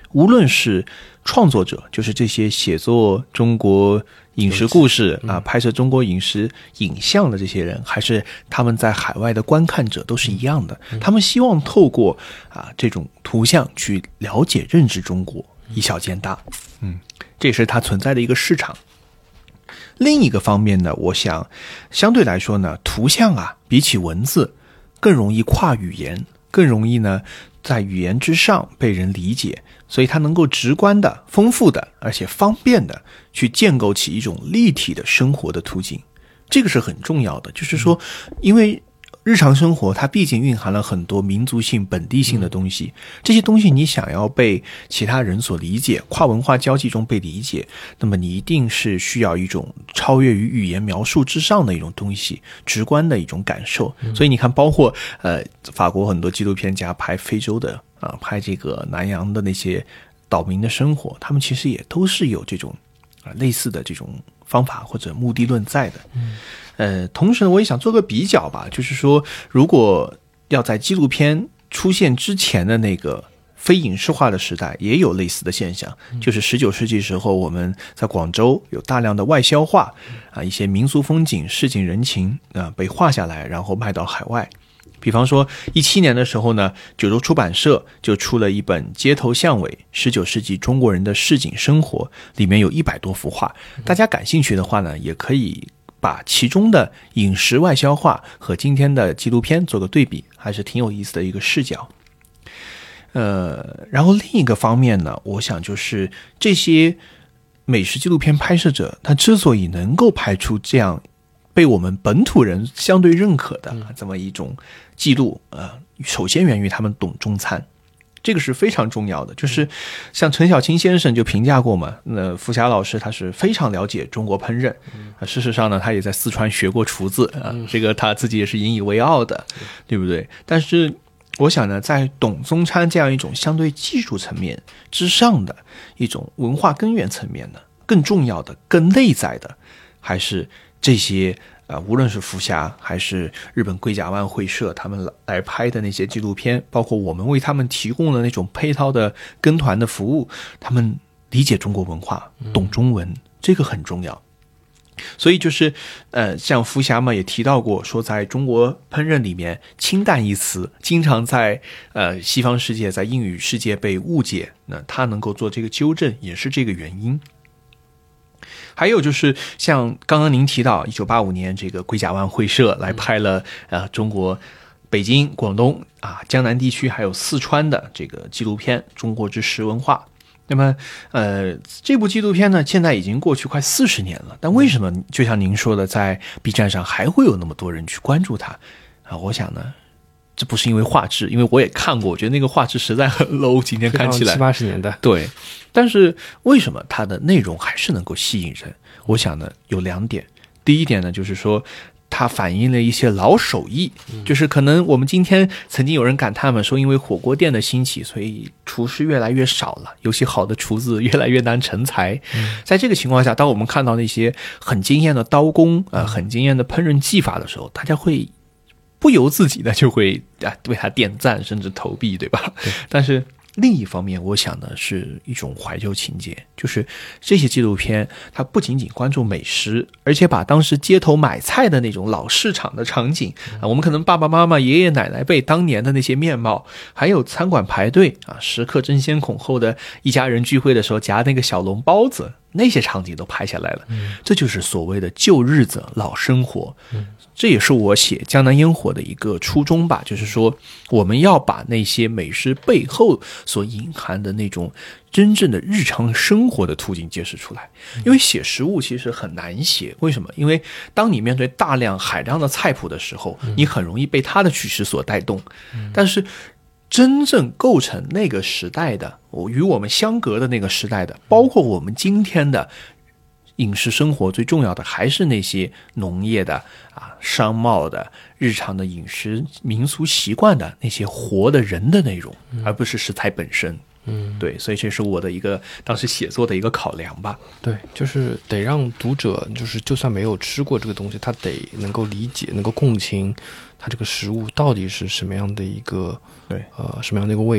无论是创作者，就是这些写作中国饮食故事啊，拍摄中国饮食影像的这些人，还是他们在海外的观看者，都是一样的。他们希望透过啊这种图像去了解、认知中国，以小见大。嗯，这也是它存在的一个市场。另一个方面呢，我想相对来说呢，图像啊比起文字更容易跨语言，更容易呢在语言之上被人理解，所以它能够直观的、丰富的，而且方便的去建构起一种立体的生活的途径。这个是很重要的，就是说，因为日常生活它毕竟蕴含了很多民族性、本地性的东西，这些东西你想要被其他人所理解，跨文化交际中被理解，那么你一定是需要一种超越于语言描述之上的一种东西，直观的一种感受。所以你看，包括呃法国很多纪录片家拍非洲的啊，拍这个南洋的那些岛民的生活，他们其实也都是有这种啊类似的这种方法或者目的论在的。嗯，呃，同时呢，我也想做个比较吧，就是说，如果要在纪录片出现之前的那个非影视化的时代，也有类似的现象，就是十九世纪时候，我们在广州有大量的外销画啊，一些民俗风景、市井人情啊被画下来，然后卖到海外。比方说一七年的时候呢，九州出版社就出了一本《街头巷尾：十九世纪中国人的市井生活》，里面有一百多幅画。大家感兴趣的话呢，也可以把其中的饮食外销画和今天的纪录片做个对比，还是挺有意思的一个视角。呃，然后另一个方面呢，我想就是这些美食纪录片拍摄者，他之所以能够拍出这样被我们本土人相对认可的这么一种记录，呃，首先源于他们懂中餐，这个是非常重要的。就是像陈小青先生就评价过嘛，那福霞老师他是非常了解中国烹饪，啊，事实上呢，他也在四川学过厨子啊，这个他自己也是引以为傲的，对不对？但是我想呢，在懂中餐这样一种相对技术层面之上的一种文化根源层面呢，更重要的、更内在的，还是这些呃，无论是福霞还是日本龟甲湾会社他们来拍的那些纪录片，包括我们为他们提供的那种配套的跟团的服务，他们理解中国文化，懂中文，这个很重要。所以就是呃，像福霞嘛也提到过，说在中国烹饪里面，清淡一词经常在呃西方世界，在英语世界被误解，那他能够做这个纠正，也是这个原因。还有就是像刚刚您提到一九八五年这个龟甲湾会社来拍了呃中国北京、广东啊江南地区还有四川的这个纪录片《中国之食文化》。那么呃这部纪录片呢现在已经过去快四十年了，但为什么就像您说的在 B 站上还会有那么多人去关注它啊？我想呢这不是因为画质，因为我也看过，我觉得那个画质实在很 low， 今天看起来七八十年代。 对，但是为什么它的内容还是能够吸引人？我想呢有两点。第一点呢，就是说它反映了一些老手艺，就是可能我们今天曾经有人感叹嘛，说因为火锅店的兴起，所以厨师越来越少了，尤其好的厨子越来越难成才。在这个情况下，当我们看到那些很惊艳的刀工呃，很惊艳的烹饪技法的时候，大家会不由自己的就会啊为他点赞甚至投币，对吧？对。但是另一方面，我想的是一种怀旧情节，就是这些纪录片它不仅仅关注美食，而且把当时街头买菜的那种老市场的场景啊，我们可能爸爸妈妈爷爷奶奶辈当年的那些面貌，还有餐馆排队啊，食客争先恐后的一家人聚会的时候夹那个小笼包子，那些场景都拍下来了。嗯，这就是所谓的旧日子老生活。嗯，这也是我写江南烟火的一个初衷吧，就是说我们要把那些美食背后所隐含的那种真正的日常生活的途径揭示出来。因为写食物其实很难写，为什么？因为当你面对大量海量的菜谱的时候，你很容易被它的叙事所带动，但是真正构成那个时代的与我们相隔的那个时代的，包括我们今天的饮食生活，最重要的还是那些农业的啊、商贸的、日常的饮食民俗习惯的那些活的人的内容，而不是食材本身。嗯，对，所以这是我的一个当时写作的一个考量吧。 对，就是得让读者，就是就算没有吃过这个东西，他得能够理解、能够共情，它这个食物到底是什么样的一个， 对， 呃，什么样的一个味道。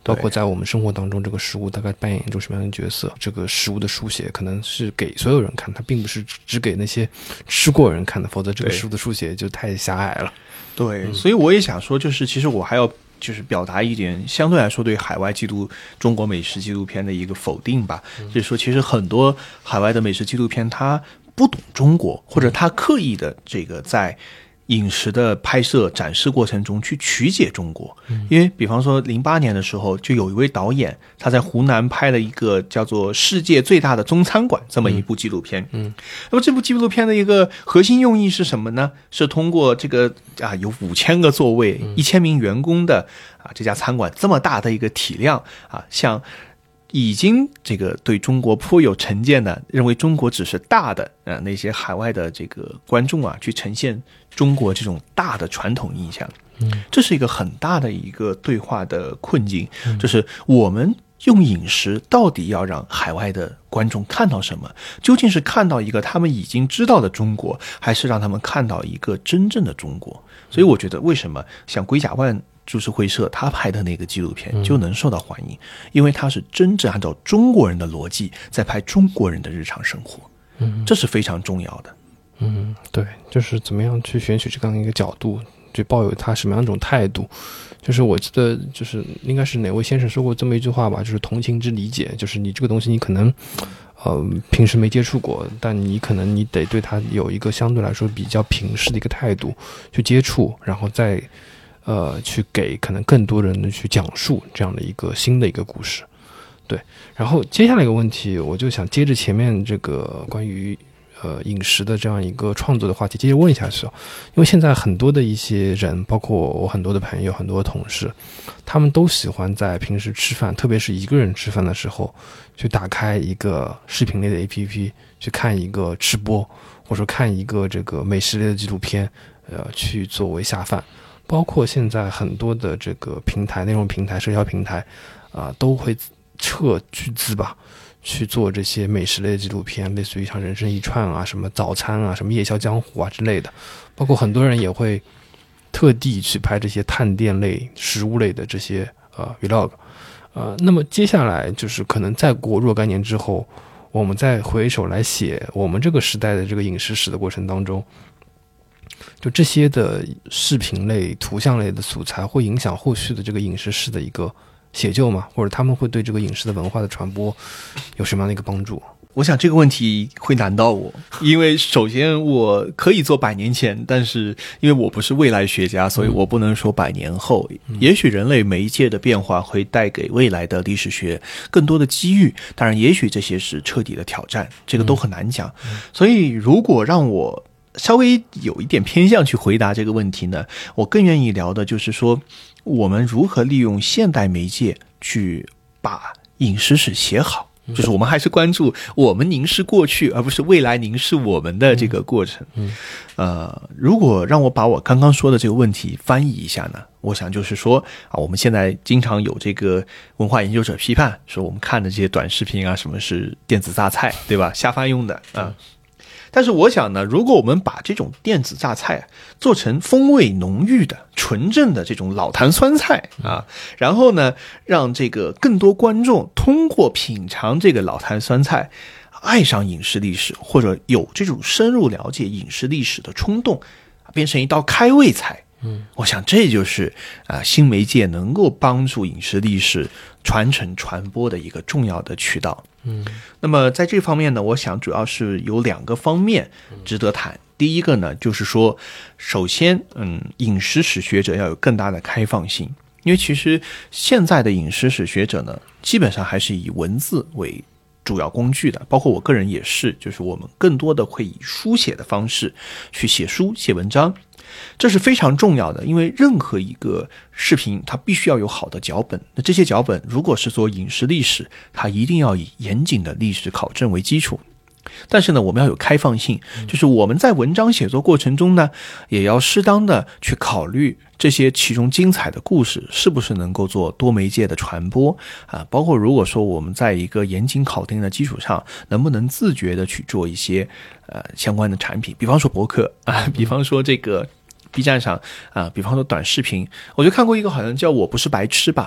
包括在我们生活当中，这个食物大概扮演一种什么样的角色？这个食物的书写可能是给所有人看，它并不是只给那些吃过人看的，否则这个食物的书写就太狭隘了。 对，嗯、所以我也想说，就是其实我还要就是表达一点相对来说对海外纪录中国美食纪录片的一个否定吧，嗯、就是说其实很多海外的美食纪录片它不懂中国，或者它刻意的这个在饮食的拍摄展示过程中去曲解中国，因为比方说零八年的时候就有一位导演他在湖南拍了一个叫做世界最大的中餐馆这么一部纪录片，嗯，嗯那么这部纪录片的一个核心用意是什么呢？是通过这个啊有五千个座位一千名员工的啊这家餐馆这么大的一个体量啊，像已经这个对中国颇有成见的，认为中国只是大的呃那些海外的这个观众啊，去呈现中国这种大的传统印象。嗯，这是一个很大的一个对话的困境，嗯、就是我们用饮食到底要让海外的观众看到什么？究竟是看到一个他们已经知道的中国，还是让他们看到一个真正的中国？所以我觉得为什么像龟甲万株式会社他拍的那个纪录片就能受到欢迎，因为他是真正按照中国人的逻辑在拍中国人的日常生活，嗯，这是非常重要的。 嗯，对，就是怎么样去选取这样一个角度，去抱有他什么样一种态度。就是我记得就是应该是哪位先生说过这么一句话吧，就是同情之理解，就是你这个东西你可能呃平时没接触过，但你可能你得对它有一个相对来说比较平视的一个态度去接触，然后再呃去给可能更多人的去讲述这样的一个新的一个故事。对，然后接下来一个问题，我就想接着前面这个关于呃饮食的这样一个创作的话题接着问一下去，因为现在很多的一些人，包括我很多的朋友很多的同事，他们都喜欢在平时吃饭，特别是一个人吃饭的时候，去打开一个视频类的 A P P 去看一个吃播，或者说看一个这个美食类的纪录片，呃去作为下饭。包括现在很多的这个平台内容平台社交平台啊、呃、都会撤巨资吧去做这些美食类的纪录片，类似于像人生一串啊，什么早餐啊，什么夜宵江湖啊之类的。包括很多人也会特地去拍这些探店类食物类的这些呃 vlog。 呃那么接下来就是可能再过若干年之后，我们再回首来写我们这个时代的这个饮食史的过程当中，就这些的视频类图像类的素材会影响后续的这个饮食史的一个写就吗？或者他们会对这个饮食的文化的传播有什么样的一个帮助？ 我想这个问题会难到我，因为首先我可以做百年前，但是因为我不是未来学家，所以我不能说百年后。嗯、也许人类媒介的变化会带给未来的历史学更多的机遇，当然也许这些是彻底的挑战，这个都很难讲。嗯、所以如果让我稍微有一点偏向去回答这个问题呢，我更愿意聊的就是说我们如何利用现代媒介去把饮食史写好，就是我们还是关注我们凝视过去而不是未来凝视我们的这个过程。嗯，呃，如果让我把我刚刚说的这个问题翻译一下呢，我想就是说啊，我们现在经常有这个文化研究者批判说我们看的这些短视频啊，什么是电子榨菜，对吧？下饭用的啊。但是我想呢，如果我们把这种电子榨菜做成风味浓郁的纯正的这种老坛酸菜啊，然后呢让这个更多观众通过品尝这个老坛酸菜爱上饮食历史，或者有这种深入了解饮食历史的冲动，变成一道开胃菜。嗯，我想这就是啊、呃、新媒介能够帮助饮食历史传承传播的一个重要的渠道。嗯，那么在这方面呢，我想主要是有两个方面值得谈。第一个呢，就是说，首先，嗯，饮食史学者要有更大的开放性，因为其实现在的饮食史学者呢，基本上还是以文字为主要工具的，包括我个人也是，就是我们更多的会以书写的方式去写书、写文章。这是非常重要的，因为任何一个视频它必须要有好的脚本，那这些脚本如果是做饮食历史，它一定要以严谨的历史考证为基础。但是呢，我们要有开放性，就是我们在文章写作过程中呢，也要适当的去考虑这些其中精彩的故事是不是能够做多媒介的传播啊，包括如果说我们在一个严谨考定的基础上，能不能自觉的去做一些呃相关的产品，比方说博客啊，比方说这个B 站上啊，比方说短视频，我就看过一个好像叫我不是白痴吧，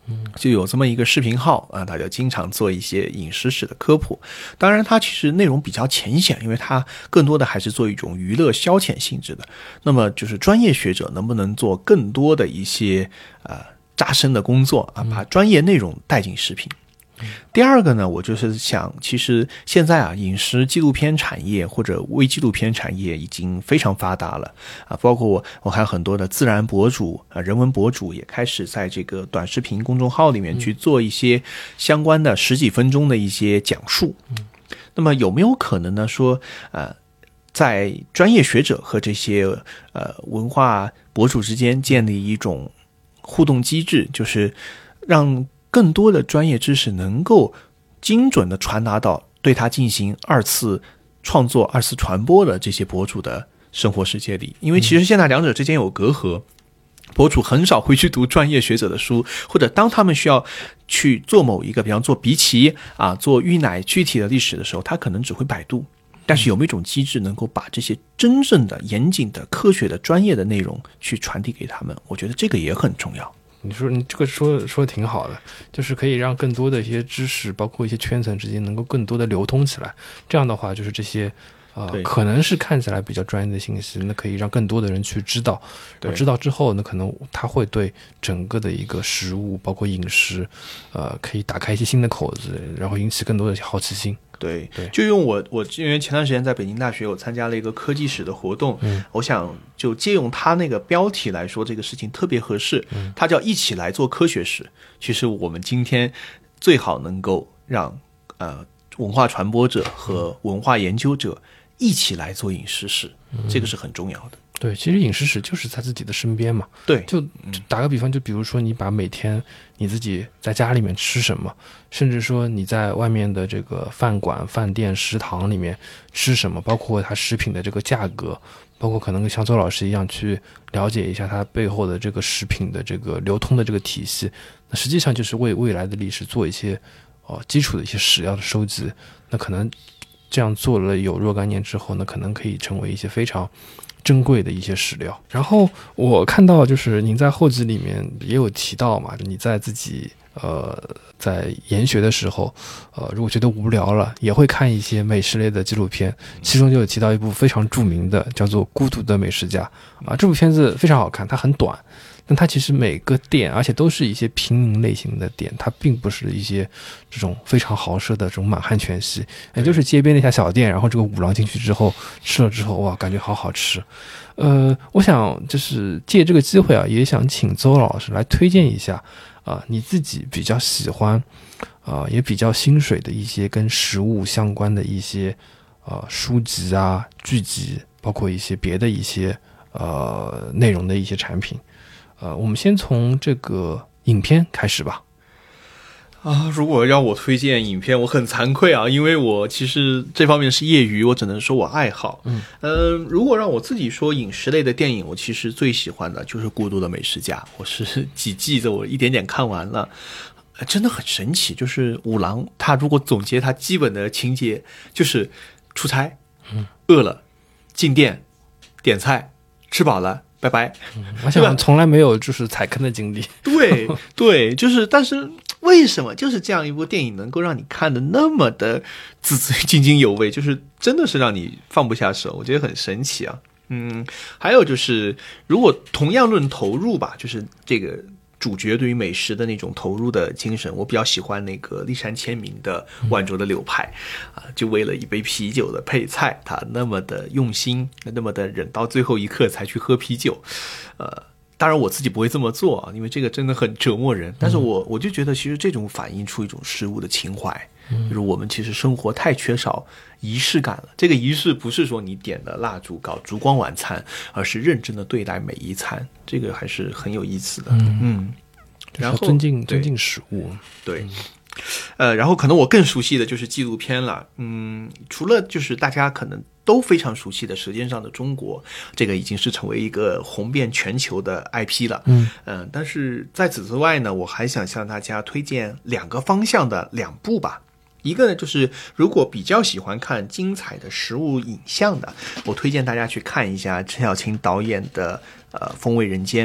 就有这么一个视频号啊，他就经常做一些饮食史的科普。当然，他其实内容比较浅显，因为他更多的还是做一种娱乐消遣性质的。那么，就是专业学者能不能做更多的一些呃扎深的工作啊，把专业内容带进视频。第二个呢，我就是想，其实现在啊，饮食纪录片产业或者微纪录片产业已经非常发达了啊，包括我我看很多的自然博主啊、人文博主也开始在这个短视频公众号里面去做一些相关的十几分钟的一些讲述。嗯，那么有没有可能呢？说呃，在专业学者和这些呃文化博主之间建立一种互动机制，就是让更多的专业知识能够精准的传达到对他进行二次创作、二次传播的这些博主的生活世界里。因为其实现在两者之间有隔阂，博主很少会去读专业学者的书，或者当他们需要去做某一个，比方做荸荠啊、做芋奶具体的历史的时候，他可能只会百度。但是有没有一种机制能够把这些真正的、严谨的、科学的、专业的内容去传递给他们？我觉得这个也很重要。 你说你这个说说的挺好的，就是可以让更多的一些知识，包括一些圈层之间能够更多的流通起来。这样的话，就是这些呃可能是看起来比较专业的信息，那可以让更多的人去知道。对，知道之后呢，可能他会对整个的一个食物，包括饮食，呃，可以打开一些新的口子，然后引起更多的好奇心。 对对，就用我我因为前段时间在北京大学有参加了一个科技史的活动，嗯，我想就借用他那个标题来说，这个事情特别合适。嗯，它叫一起来做科学史。其实我们今天最好能够让呃文化传播者和文化研究者一起来做饮食史，嗯，这个是很重要的。 对，其实饮食史就是在自己的身边嘛。 对， 就打个比方，就比如说你把每天你自己在家里面吃什么，甚至说你在外面的这个饭馆、饭店、食堂里面吃什么，包括它食品的这个价格，包括可能像周老师一样去了解一下它背后的这个食品的这个流通的这个体系，那实际上就是为未来的历史做一些呃基础的一些史料的收集。那可能这样做了有若干年之后呢，可能可以成为一些非常珍贵的一些史料。然后我看到就是您在后记里面也有提到嘛，你在自己呃在研学的时候，呃如果觉得无聊了，也会看一些美食类的纪录片，其中就有提到一部非常著名的叫做《孤独的美食家》啊，这部片子非常好看，它很短，但它其实每个店，而且都是一些平民类型的店，它并不是一些这种非常豪奢的这种满汉全席，也就是街边那家小店，然后这个五郎进去之后吃了之后，哇，感觉好好吃。呃，我想就是借这个机会啊，也想请邹老师来推荐一下啊、呃，你自己比较喜欢啊、呃，也比较心水的一些跟食物相关的一些呃书籍啊、剧集，包括一些别的一些呃内容的一些产品。呃，我们先从这个影片开始吧。 啊，如果让我推荐影片，我很惭愧啊，因为我其实这方面是业余，我只能说我爱好。嗯，呃，如果让我自己说饮食类的电影，我其实最喜欢的就是《孤独的美食家》，我是几季的，我一点点看完了，呃、真的很神奇。就是五郎他如果总结他基本的情节，就是出差，嗯，饿了，进店，点菜，吃饱了。拜拜， 嗯，而且我从来没有就是踩坑的经历。 对对，就是但是为什么就是这样一部电影能够让你看得那么的字字津津有味，就是真的是让你放不下手，我觉得很神奇啊。嗯，还有就是如果同样论投入吧，就是这个主角对于美食的那种投入的精神，我比较喜欢那个立山千明的万卓的柳派啊，就为了一杯啤酒的配菜，他那么的用心，那么的忍到最后一刻才去喝啤酒。呃，当然我自己不会这么做啊，因为这个真的很折磨人。但是我我就觉得，其实这种反映出一种食物的情怀，就是我们其实生活太缺少仪式感了。这个仪式不是说你点了蜡烛搞烛光晚餐，而是认真的对待每一餐，这个还是很有意思的。嗯，嗯， 然后尊敬尊敬食物， 对。呃，然后可能我更熟悉的就是纪录片了。嗯，除了就是大家可能都非常熟悉的《舌尖上的中国》，这个已经是成为一个红遍全球的 I P 了。嗯嗯、呃，但是在此之外呢，我还想向大家推荐两个方向的两部吧。一个呢，就是如果比较喜欢看精彩的食物影像的，我推荐大家去看一下陈小青导演的呃《风味人间》。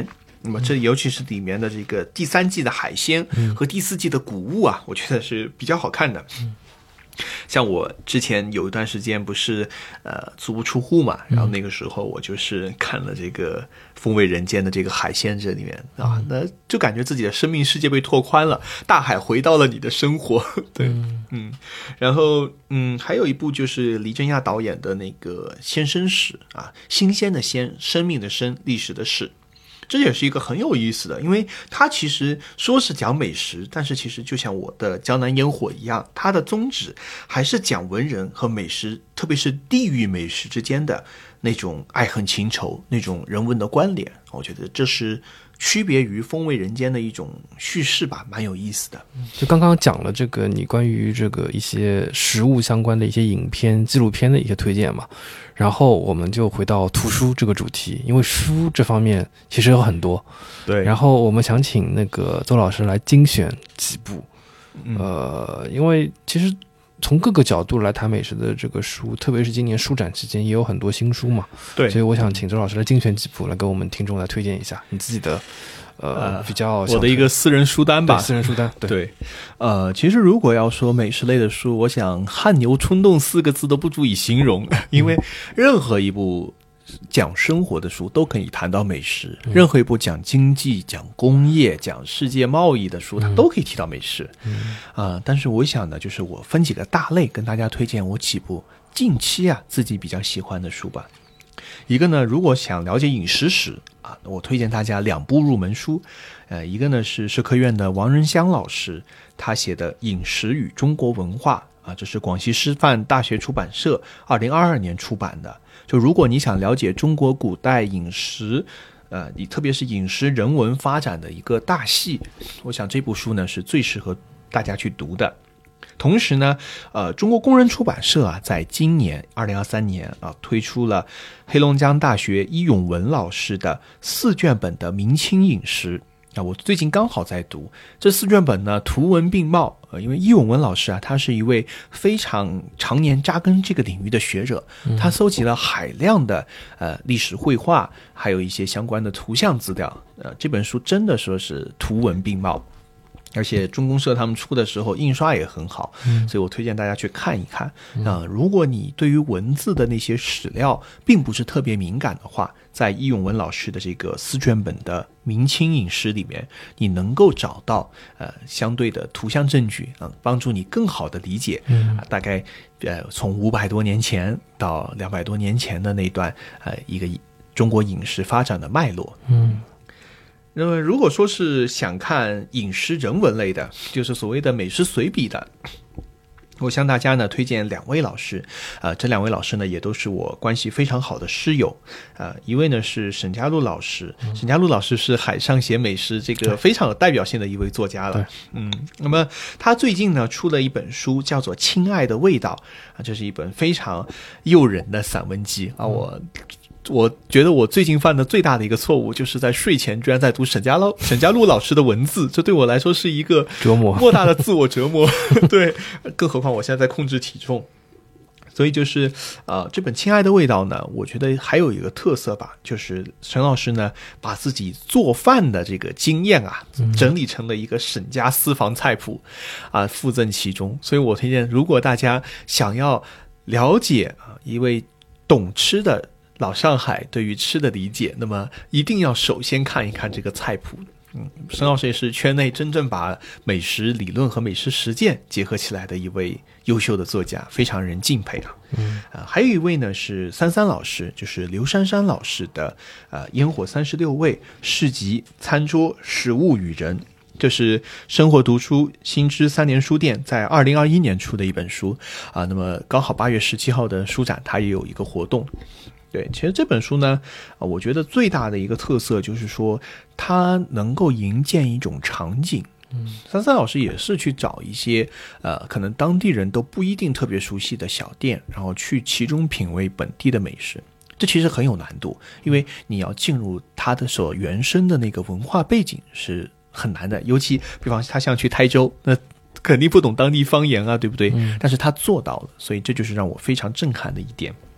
那么这尤其是里面的这个第三季的海鲜和第四季的谷物啊，我觉得是比较好看的。像我之前有一段时间不是呃足不出户嘛，然后那个时候我就是看了这个风味人间的这个海鲜这里面啊，那就感觉自己的生命世界被拓宽了，大海回到了你的生活。对，嗯，然后嗯，还有一部就是黎真亚导演的那个《鲜生史》啊，新鲜的鲜，生命的生，历史的史。这也是一个很有意思的，因为它其实说是讲美食，但是其实就像我的江南烟火一样，它的宗旨还是讲文人和美食，特别是地域美食之间的那种爱恨情仇，那种人文的关联。我觉得这是区别于风味人间的一种叙事吧，蛮有意思的。 就刚刚讲了这个你关于这个一些食物相关的一些影片纪录片的一些推荐嘛，然后我们就回到图书这个主题，因为书这方面其实有很多， 对， 然后我们想请那个邹老师来精选几部，嗯、呃，因为其实从各个角度来谈美食的这个书，特别是今年书展期间也有很多新书嘛， 对， 所以我想请邹老师来精选几部来给我们听众来推荐一下你自己的呃比较我的一个私人书单吧， 私人书单，对， 对，呃，其实如果要说美食类的书，我想汗牛充栋四个字都不足以形容，因为任何一部讲生活的书都可以谈到美食，嗯、任何一部讲经济、讲工业、讲世界贸易的书，它都可以提到美食。嗯，呃，但是我想呢，就是我分几个大类跟大家推荐我几部近期啊自己比较喜欢的书吧。一个呢，如果想了解饮食史啊，我推荐大家两部入门书，呃，一个呢是社科院的王仁香老师他写的《饮食与中国文化》啊，这是广西师范大学出版社二零二二年出版的。就如果你想了解中国古代饮食，呃，你特别是饮食人文发展的一个大系，我想这部书呢是最适合大家去读的。同时呢，呃，中国工人出版社啊，在今年二零二三年啊，推出了黑龙江大学伊永文老师的四卷本的明清饮食。啊，我最近刚好在读这四卷本呢，图文并茂。呃，因为伊永文老师啊，他是一位非常常年扎根这个领域的学者，他搜集了海量的呃历史绘画，还有一些相关的图像资料。呃，这本书真的说是图文并茂。而且中公社他们出的时候印刷也很好，嗯、所以我推荐大家去看一看。啊、呃，如果你对于文字的那些史料并不是特别敏感的话，在伊永文老师的这个四卷本的明清饮食里面，你能够找到呃相对的图像证据啊、呃，帮助你更好的理解。嗯、呃，大概呃从五百多年前到两百多年前的那段呃一个中国饮食发展的脉络。嗯。那么如果说是想看饮食人文类的，就是所谓的美食随笔的，我向大家呢推荐两位老师，呃，这两位老师呢也都是我关系非常好的师友，呃，一位呢是沈家路老师，嗯、沈家路老师是海上写美食这个非常有代表性的一位作家了，嗯，那么他最近呢出了一本书，叫做《亲爱的味道》啊，这是一本非常诱人的散文集啊，我。我觉得我最近犯的最大的一个错误，就是在睡前居然在读沈家路沈家路老师的文字，这对我来说是一个折磨， 莫大的自我折磨。对，更何况我现在在控制体重，所以就是呃，这本《亲爱的味道》呢，我觉得还有一个特色吧，就是沈老师呢把自己做饭的这个经验啊，整理成了一个沈家私房菜谱啊，附赠其中。所以我推荐，如果大家想要了解啊一位懂吃的老上海对于吃的理解，那么一定要首先看一看这个菜谱。嗯，沈老师也是圈内真正把美食理论和美食实践结合起来的一位优秀的作家，非常人敬佩啊。嗯，呃，还有一位呢是三三老师，就是刘珊珊老师的呃烟火三十六味市集餐桌食物与人。这是生活读书新知三联书店在二零二一年出的一本书啊，那么刚好八月十七号的书展，它也有一个活动。对，其实这本书呢，呃，我觉得最大的一个特色就是说，它能够营建一种场景。嗯，三三老师也是去找一些呃，可能当地人都不一定特别熟悉的小店，然后去其中品味本地的美食。这其实很有难度，因为你要进入它的所原生的那个文化背景是很难的，尤其比方他像去台州，那肯定不懂当地方言啊，对不对？嗯、但是他做到了，所以这就是让我非常震撼的一点。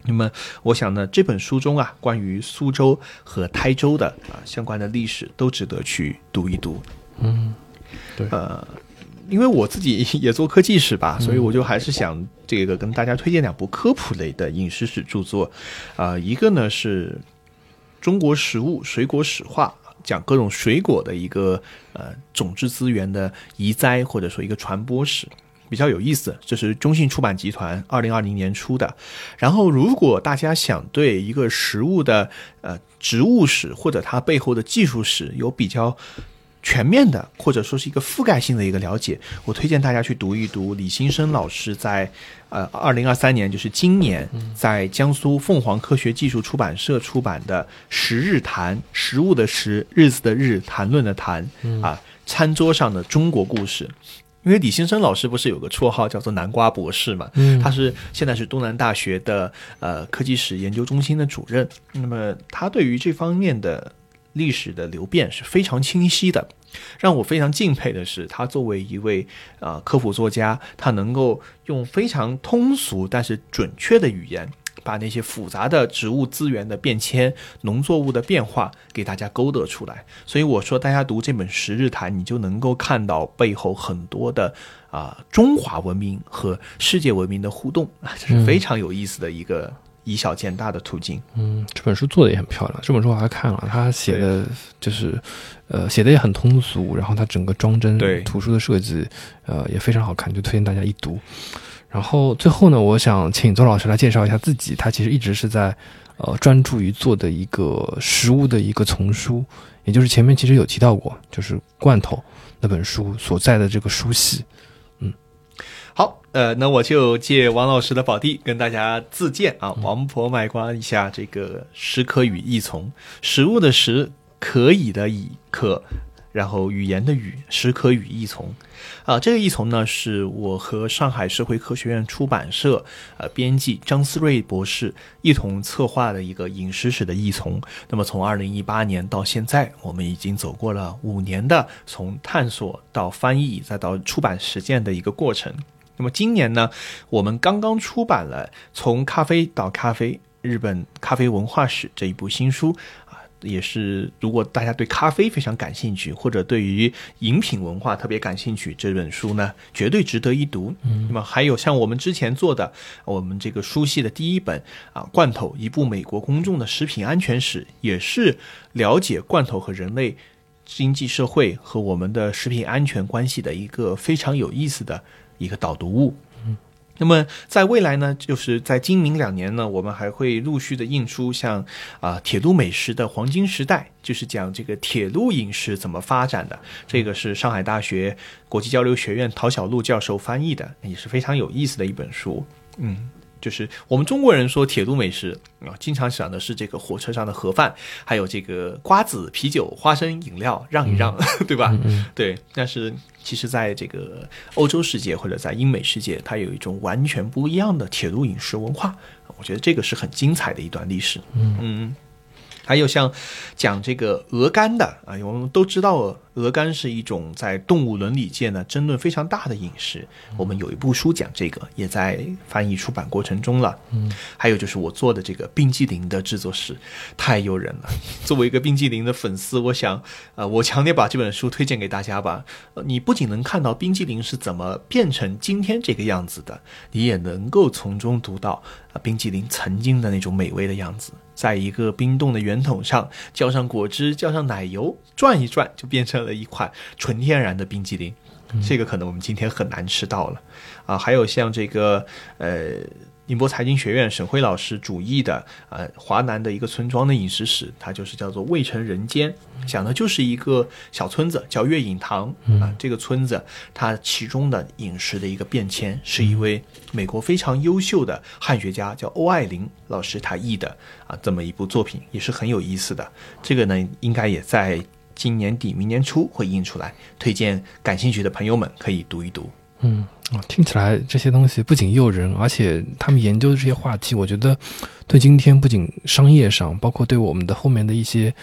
那么我想呢，这本书中啊，关于苏州和台州的啊相关的历史都值得去读一读。 嗯，对， 呃，因为我自己也做科技史吧，所以我就还是想这个跟大家推荐两部科普类的饮食史著作。啊、呃，一个呢是中国食物水果史话，讲各种水果的一个呃种质资源的移栽或者说一个传播史。比较有意思，这是中信出版集团二零二零年出的。然后如果大家想对一个食物的呃植物史或者它背后的技术史有比较全面的或者说是一个覆盖性的一个了解，我推荐大家去读一读李新生老师在呃二零二三年，就是今年在江苏凤凰科学技术出版社出版的《食日谈》，食物的食，日子的日，谈论的谈啊，餐桌上的中国故事。因为李先生老师不是有个绰号叫做南瓜博士嘛，嗯，他是现在是东南大学的呃科技史研究中心的主任，那么他对于这方面的历史的流变是非常清晰的。让我非常敬佩的是，他作为一位呃科普作家，他能够用非常通俗但是准确的语言，把那些复杂的植物资源的变迁、农作物的变化给大家勾勒出来。所以我说大家读这本《食日谈》，你就能够看到背后很多的啊、呃、中华文明和世界文明的互动啊，这是非常有意思的一个以小见大的途径。 嗯，这本书做的也很漂亮，这本书我还看了，他写的就是呃写的也很通俗，然后他整个装帧图书的设计呃也非常好看，就推荐大家一读。然后最后呢，我想请周老师来介绍一下自己，他其实一直是在呃专注于做的一个食物的一个丛书，也就是前面其实有提到过，就是罐头那本书所在的这个书系。嗯， 好，呃，那我就借王老师的宝地跟大家自荐啊，王婆卖瓜一下这个食可语译丛，食物的食，可以的以，可。然后语言的语，食可语译丛啊，这个译丛呢是我和上海社会科学院出版社呃编辑张思睿博士一同策划的一个饮食史的译丛。那么从二零一八年到现在，我们已经走过了五年的从探索到翻译再到出版实践的一个过程。那么今年呢，我们刚刚出版了从咖啡到咖啡，日本咖啡文化史这一部新书。也是如果大家对咖啡非常感兴趣，或者对于饮品文化特别感兴趣，这本书呢绝对值得一读。嗯，那么还有像我们之前做的我们这个书系的第一本啊，罐头一部美国公众的食品安全史，也是了解罐头和人类经济社会和我们的食品安全关系的一个非常有意思的一个导读物。那么在未来呢，就是在今明两年呢，我们还会陆续的印出像啊、呃、铁路美食的黄金时代，就是讲这个铁路饮食怎么发展的。这个是上海大学国际交流学院陶小璐教授翻译的，也是非常有意思的一本书。嗯。就是我们中国人说铁路美食啊，经常想的是这个火车上的盒饭，还有这个瓜子、啤酒、花生饮料，让一让，嗯、对吧？嗯、对。但是其实在这个欧洲世界或者在英美世界，它有一种完全不一样的铁路饮食文化，我觉得这个是很精彩的一段历史。嗯嗯。还有像讲这个鹅肝的啊，我们都知道鹅肝是一种在动物伦理界呢争论非常大的饮食。我们有一部书讲这个，也在翻译出版过程中了。嗯，还有就是我做的这个冰激凌的制作史，太诱人了。作为一个冰激凌的粉丝，我想，呃，我强烈把这本书推荐给大家吧。呃，你不仅能看到冰激凌是怎么变成今天这个样子的，你也能够从中读到啊、呃、冰激凌曾经的那种美味的样子。在一个冰冻的圆筒上浇上果汁，浇上奶油，转一转就变成了一款纯天然的冰激凌。嗯、这个可能我们今天很难吃到了啊。还有像这个呃宁波财经学院沈辉老师主译的呃华南的一个村庄的饮食史，它就是叫做渭城人间，讲的就是一个小村子叫月影堂啊、呃，这个村子它其中的饮食的一个变迁，是一位美国非常优秀的汉学家叫欧爱玲老师他译的啊，这么一部作品也是很有意思的。这个呢，应该也在今年底明年初会印出来，推荐感兴趣的朋友们可以读一读。 嗯，听起来这些东西不仅诱人，而且他们研究的这些话题，我觉得对今天不仅商业上，包括对我们的后面的一些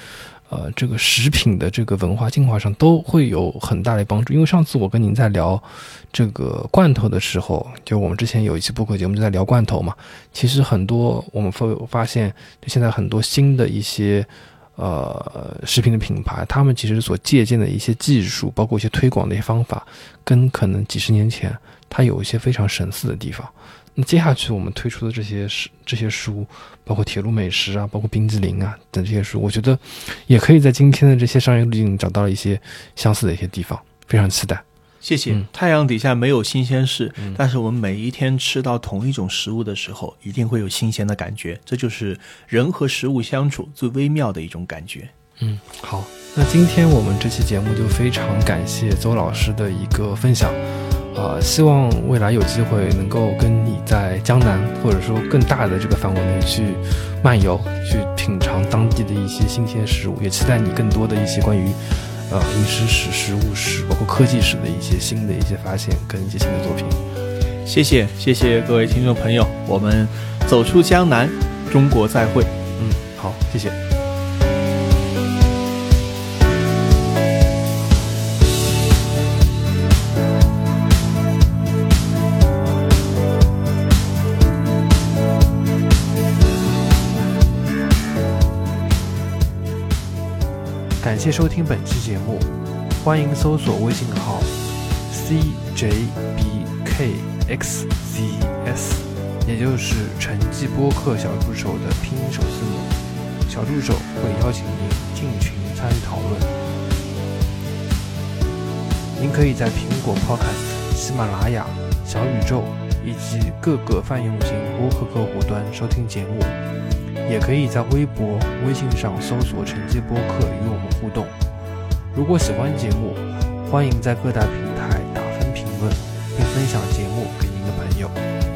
呃这个食品的这个文化进化上都会有很大的帮助。因为上次我跟您在聊这个罐头的时候，就我们之前有一期播客节目就在聊罐头嘛，其实很多我们会发现，就现在很多新的一些呃食品的品牌，他们其实所借鉴的一些技术，包括一些推广的一些方法，跟可能几十年前它有一些非常神似的地方。那接下去我们推出的这些这些书，包括铁路美食啊，包括冰激凌啊等这些书，我觉得也可以在今天的这些商业路径找到了一些相似的一些地方，非常期待。 谢谢、嗯、太阳底下没有新鲜事、嗯、但是我们每一天吃到同一种食物的时候一定会有新鲜的感觉，这就是人和食物相处最微妙的一种感觉。 嗯，好，那今天我们这期节目就非常感谢邹老师的一个分享，呃，希望未来有机会能够跟你在江南或者说更大的这个范围内去漫游，去品尝当地的一些新鲜食物，也期待你更多的一些关于呃饮食史、食物史，包括科技史的一些新的一些发现跟一些新的作品。 谢谢，谢谢各位听众朋友，我们走出江南，中国再会。 嗯，好，谢谢。感谢收听本期节目，欢迎搜索微信号 C J B K X Z S， 也就是陈记播客小助手的拼音首字母。小助手会邀请您进群参与讨论。您可以在苹果 Podcast、喜马拉雅、小宇宙以及各个泛用型播客客户端收听节目，也可以在微博、微信上搜索陈记播客与我们互动。如果喜欢节目，欢迎在各大平台打分评论，并分享节目给您的朋友。